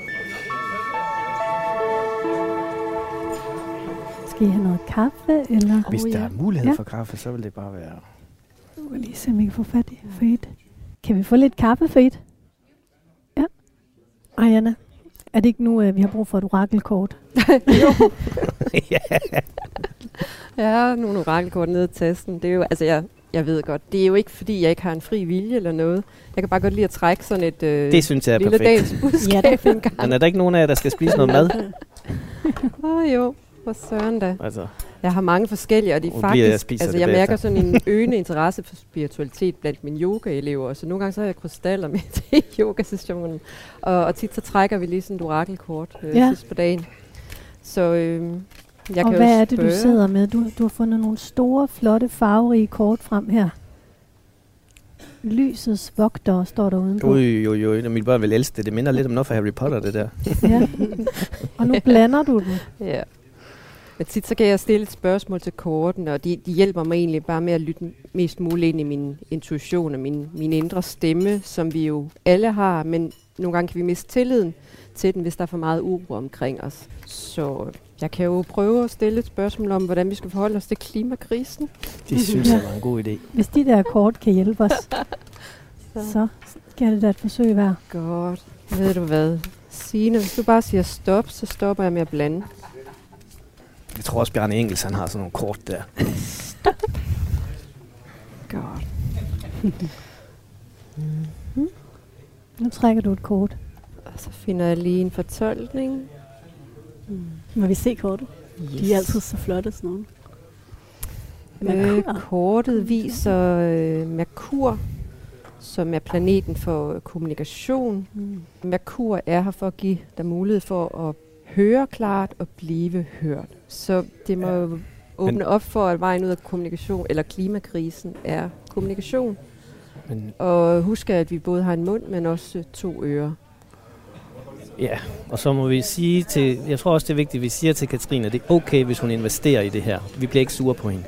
Skal I have noget kaffe? Eller? Hvis der er mulighed for kaffe, så vil det bare være... Nu vil lige se, om I kan få fat i Fate. Kan vi få lidt kaffe, Fate? Ja. Ariana, Er det ikke nu, vi har brug for et orakelkort? Jo. Ja. Jeg har nogle orakelkort nede i tasten. Det er jo, altså jeg ved godt, det er jo ikke fordi, jeg ikke har en fri vilje eller noget. Jeg kan bare godt lide at trække sådan et det synes jeg er lille perfekt. dagens budskab en gang. Men er der ikke nogen af jer, der skal spise noget mad? Jo, hvor søren da. Altså. Jeg har mange forskellige, og de faktisk, jeg mærker sådan en øgende interesse for spiritualitet blandt mine yogaelever, så nogle gange så har jeg krystaller med til yogasessionen, og tit så trækker vi lige sådan et orakelkort sidst på dagen. Så jeg og kan hvad jo er det, du sidder med? Du har fundet nogle store, flotte, farverige kort frem her. Lysets vogter står der udenpå. Ui, mine børn vil elske det. Det minder lidt om noget fra Harry Potter, det der. Ja. Og nu blander du den. Ja. Men tit så kan jeg stille et spørgsmål til korten, og de hjælper mig egentlig bare med at lytte mest muligt ind i min intuition og min indre stemme, som vi jo alle har, men nogle gange kan vi miste tilliden til den, hvis der er for meget uro omkring os. Så jeg kan jo prøve at stille et spørgsmål om, hvordan vi skal forholde os til klimakrisen. Det synes jeg var en god idé. Hvis de der kort kan hjælpe os, så skal det da et forsøg være. Godt. Ved du hvad? Signe, hvis du bare siger stop, så stopper jeg med at blande. Jeg tror også, Bjarne Engels, han har sådan nogle kort der. Stop. Godt. Nu trækker du et kort. Og så finder jeg lige en fortolkning. Må vi se kortet? Yes. De er altid så flotte, sådan nogle. Kortet viser Merkur, som er planeten for kommunikation. Merkur er her for at give dig mulighed for at høre klart og blive hørt. Så det må åbne op for, at vejen ud af kommunikation, eller klimakrisen, er kommunikation. Og husk, at vi både har en mund, men også 2 ører. Ja, og så må vi sige til, jeg tror også det er vigtigt, at vi siger til Katrine, at det er okay, hvis hun investerer i det her. Vi bliver ikke sure på hende.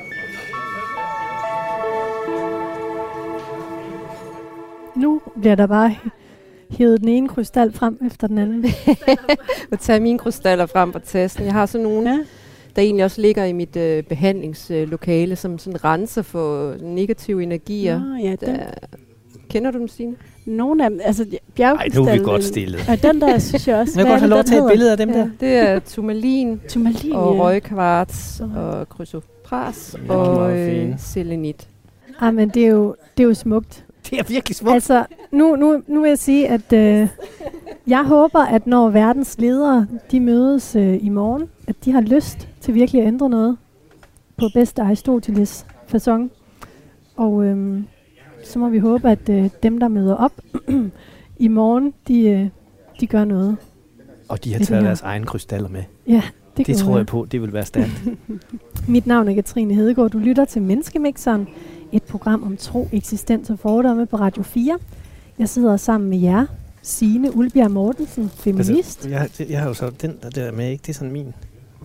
Nu bliver der bare hævet den ene krystal frem efter den anden. Og tage mine krystaller frem på testen. Jeg har sådan nogle, der egentlig også ligger i mit behandlingslokale, som sådan renser for negative energier. Kender du dem, Stine? Nogle af dem, altså bjergkrystallen. Nu er vi godt stillet. Og den der, synes jeg også. Jeg kan godt have lov at tage et billede af dem der. Det er turmalin og røgkvarts og krysopras og selenit. Men det er jo smukt. Det er virkelig smukt. Altså, nu vil jeg sige, at jeg håber, at når verdens ledere de mødes i morgen, at de har lyst til virkelig at ændre noget på bedste Aristoteles facon. Og så må vi håbe, at dem, der møder op i morgen, de gør noget. Og de har taget deres egne krystaller med. Ja, det tror jeg på. Det vil være stærkt. Mit navn er Katrine Hedegaard. Du lytter til Menneskemixeren. Et program om tro, eksistens og fordomme på Radio 4. Jeg sidder sammen med jer, Signe Ulbjerg Mortensen, feminist. Altså, jeg har jo så den der med, ikke? Det er sådan min.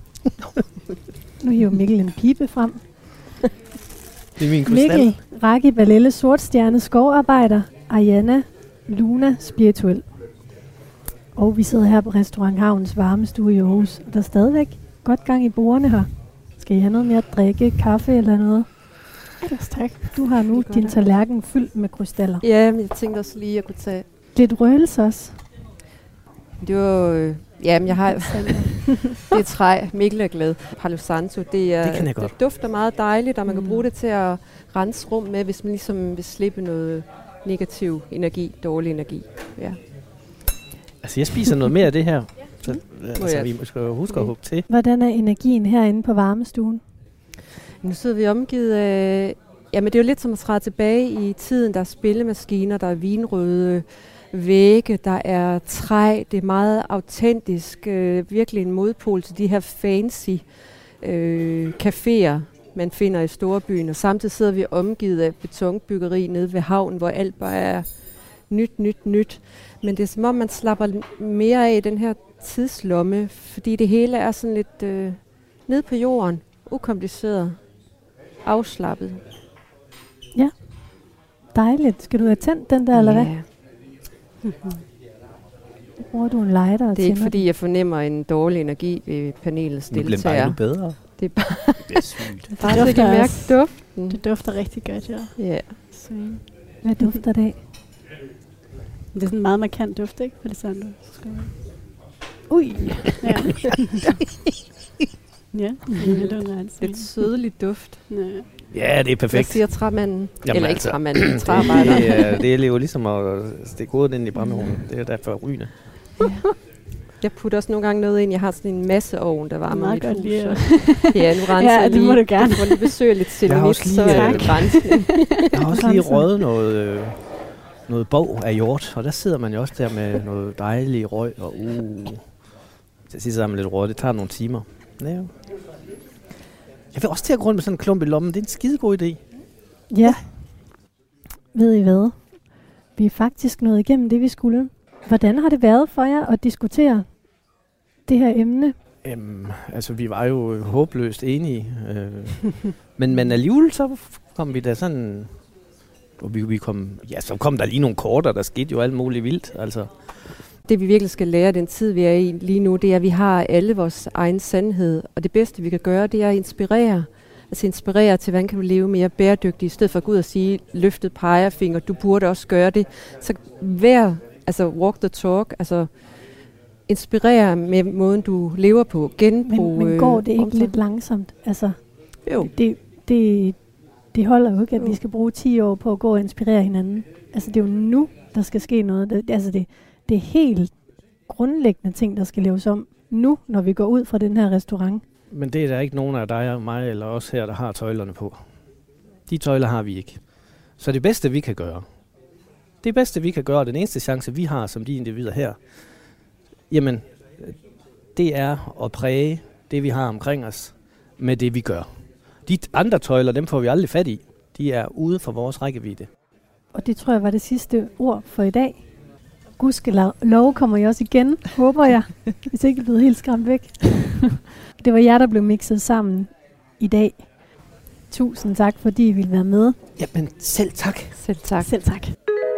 Nu hiver Mikkel en pibe frem. Det er min krystal. Mikkel Raki Balelle, sortstjerne, skovarbejder, Ariana Luna, spirituel. Og vi sidder her på Restaurant Havns varmestue i Aarhus. Og der er stadigvæk godt gang i bordene her. Skal I have noget mere at drikke, kaffe eller noget? Ellers tak. Du har nu din tallerken fyldt med krystaller. Ja, men jeg tænkte også lige, at jeg kunne tage lidt røgelse også. Det var jeg har det er træ. Mikkel er glad. Palo Santo, det dufter meget dejligt, og man kan bruge det til at rense rum med, hvis man ligesom vil slippe noget negativ energi, dårlig energi. Ja. Altså, jeg spiser noget mere af det her. Så, vi skal jo huske at hugge til. Hvordan er energien herinde på varmestuen? Nu sidder vi omgivet af... Jamen, det er jo lidt som at træde tilbage i tiden. Der er spillemaskiner, der er vinrøde vægge, der er træ. Det er meget autentisk. Virkelig en modpol til de her fancy caféer, man finder i storbyen. Og samtidig sidder vi omgivet af betonbyggeri nede ved havnen, hvor alt bare er nyt. Men det er som om, man slapper mere af i den her tidslomme, fordi det hele er sådan lidt nede på jorden. Ukompliceret. Afslappet. Ja. Dejligt. Skal du have tændt den der, eller hvad? Bruger du en lighter? Det er ikke fordi, jeg fornemmer en dårlig energi ved panelets deltagere. Det bliver bare bedre. Det er bare... det er sygt. Bare så kan mærke duften. Det dufter rigtig godt, ja. Ja. Hvad dufter det af? Det er sådan en meget markant duft, ikke? For det sådan, Ui. Ja. Ja, lidt sødelig duft. Ja, det er perfekt. Hvad siger træmanden? Jamen Eller altså, ikke træmanden, træarbejder. det er jo ligesom at stikke hovedet ind i brændeovnen. Det er derfor rygende. Ja. Jeg putter også nogle gange noget ind. Jeg har sådan en masseovn, der varmer mit hus. Ja, nu renser ja, det må du gerne. Jeg får lige besøge lidt celulit, så er det rensning. Jeg har også lige røget noget bog af hjort, og der sidder man jo også der med noget dejlig røg, og til sidst er man lidt røget. Det tager nogle timer. Ja. Jeg vil også til at gå rundt med sådan en klump i lommen. Det er en skidegod idé. Ja. Ved I hvad? Vi er faktisk nået igennem det, vi skulle. Hvordan har det været for jer at diskutere det her emne? Altså, vi var jo håbløst enige. Men alligevel så kom vi da sådan... Så kom der lige nogle korter, der skete jo alt muligt vildt. Altså. Det vi virkelig skal lære den tid, vi er i lige nu, det er, at vi har alle vores egen sandhed. Og det bedste, vi kan gøre, det er at inspirere. Altså inspirere til, hvordan kan du leve mere bæredygtigt, i stedet for at gå ud og sige, løftet pegefinger, du burde også gøre det. Så walk the talk, altså inspirere med måden, du lever på, genbrug. Men går det ikke lidt langsomt? Altså, jo. Det holder jo ikke, at vi skal bruge 10 år på at gå og inspirere hinanden. Altså det er jo nu, der skal ske noget. Det er helt grundlæggende ting, der skal leves om nu, når vi går ud fra den her restaurant. Men det er der ikke nogen af dig og mig, eller os her, der har tøjlerne på. De tøjler har vi ikke. Så det bedste, vi kan gøre, den eneste chance, vi har som de individer her, jamen, det er at præge det, vi har omkring os, med det, vi gør. De andre tøjler, dem får vi aldrig fat i. De er ude for vores rækkevidde. Og det tror jeg var det sidste ord for i dag. Gudskelov kommer I også igen, håber jeg, hvis ikke I er blevet helt skræmt væk. Det var jer, der blev mixet sammen i dag. Tusind tak, fordi I ville være med. Jamen, selv tak. Selv tak. Selv tak.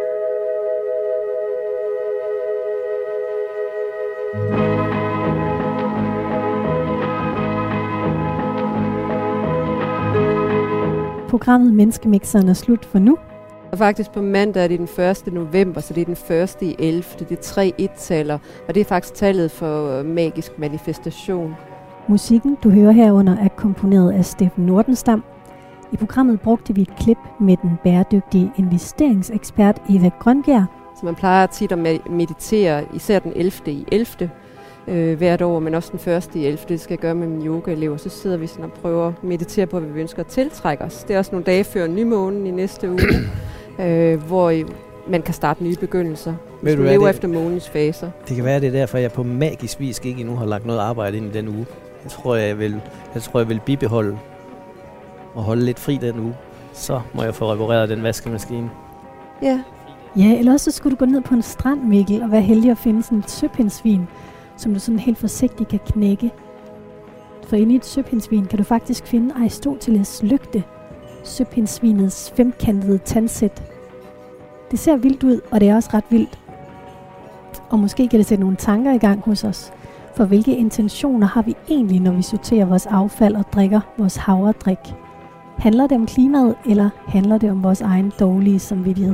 Programmet Menneskemixeren er slut for nu. Og faktisk på mandag er det den 1. november, så det er den 1. i 11. Det er 3 1-taller, og det er faktisk tallet for magisk manifestation. Musikken, du hører herunder, er komponeret af Steffen Nordenstam. I programmet brugte vi et klip med den bæredygtige investeringsekspert Eva Grønbjerg. Så man plejer tit at meditere, især den 11. i 11. Hvert år, men også den 1. i 11. Det skal jeg gøre med mine yogaelever. Så sidder vi sådan og prøver at meditere på, hvad vi ønsker at tiltrække os. Det er også nogle dage før nymånen i næste uge, hvor man kan starte nye begyndelser. Hvis du lever efter månens faser. Det kan være, det er derfor, jeg på magisk vis ikke endnu har lagt noget arbejde ind i den uge. Jeg tror, jeg vil bibeholde og holde lidt fri den uge. Så må jeg få repareret den vaskemaskine. Ja. Ja, eller også så skulle du gå ned på en strand, Mikkel, og være heldig at finde sådan et søpindsvin, som du sådan helt forsigtigt kan knække. For inde i et søpindsvin kan du faktisk finde Aristoteles lygte, søpindsvinets femkantede tandsæt. Det ser vildt ud, og det er også ret vildt. Og måske kan det sætte nogle tanker i gang hos os. For hvilke intentioner har vi egentlig, når vi sorterer vores affald og drikker vores havredrik? Handler det om klimaet, eller handler det om vores egen dårlige samvittighed?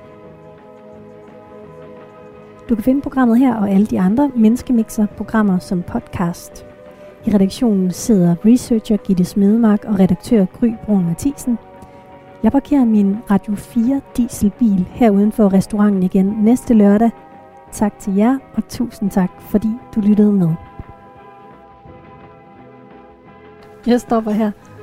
Du kan finde programmet her og alle de andre Menneskemixer-programmer som podcast. I redaktionen sidder researcher Gitte Smedemark og redaktør Gry Brun Mathisen. Jeg parkerer min Radio 4 dieselbil her uden for restauranten igen næste lørdag. Tak til jer, og tusind tak, fordi du lyttede med. Jeg stopper her.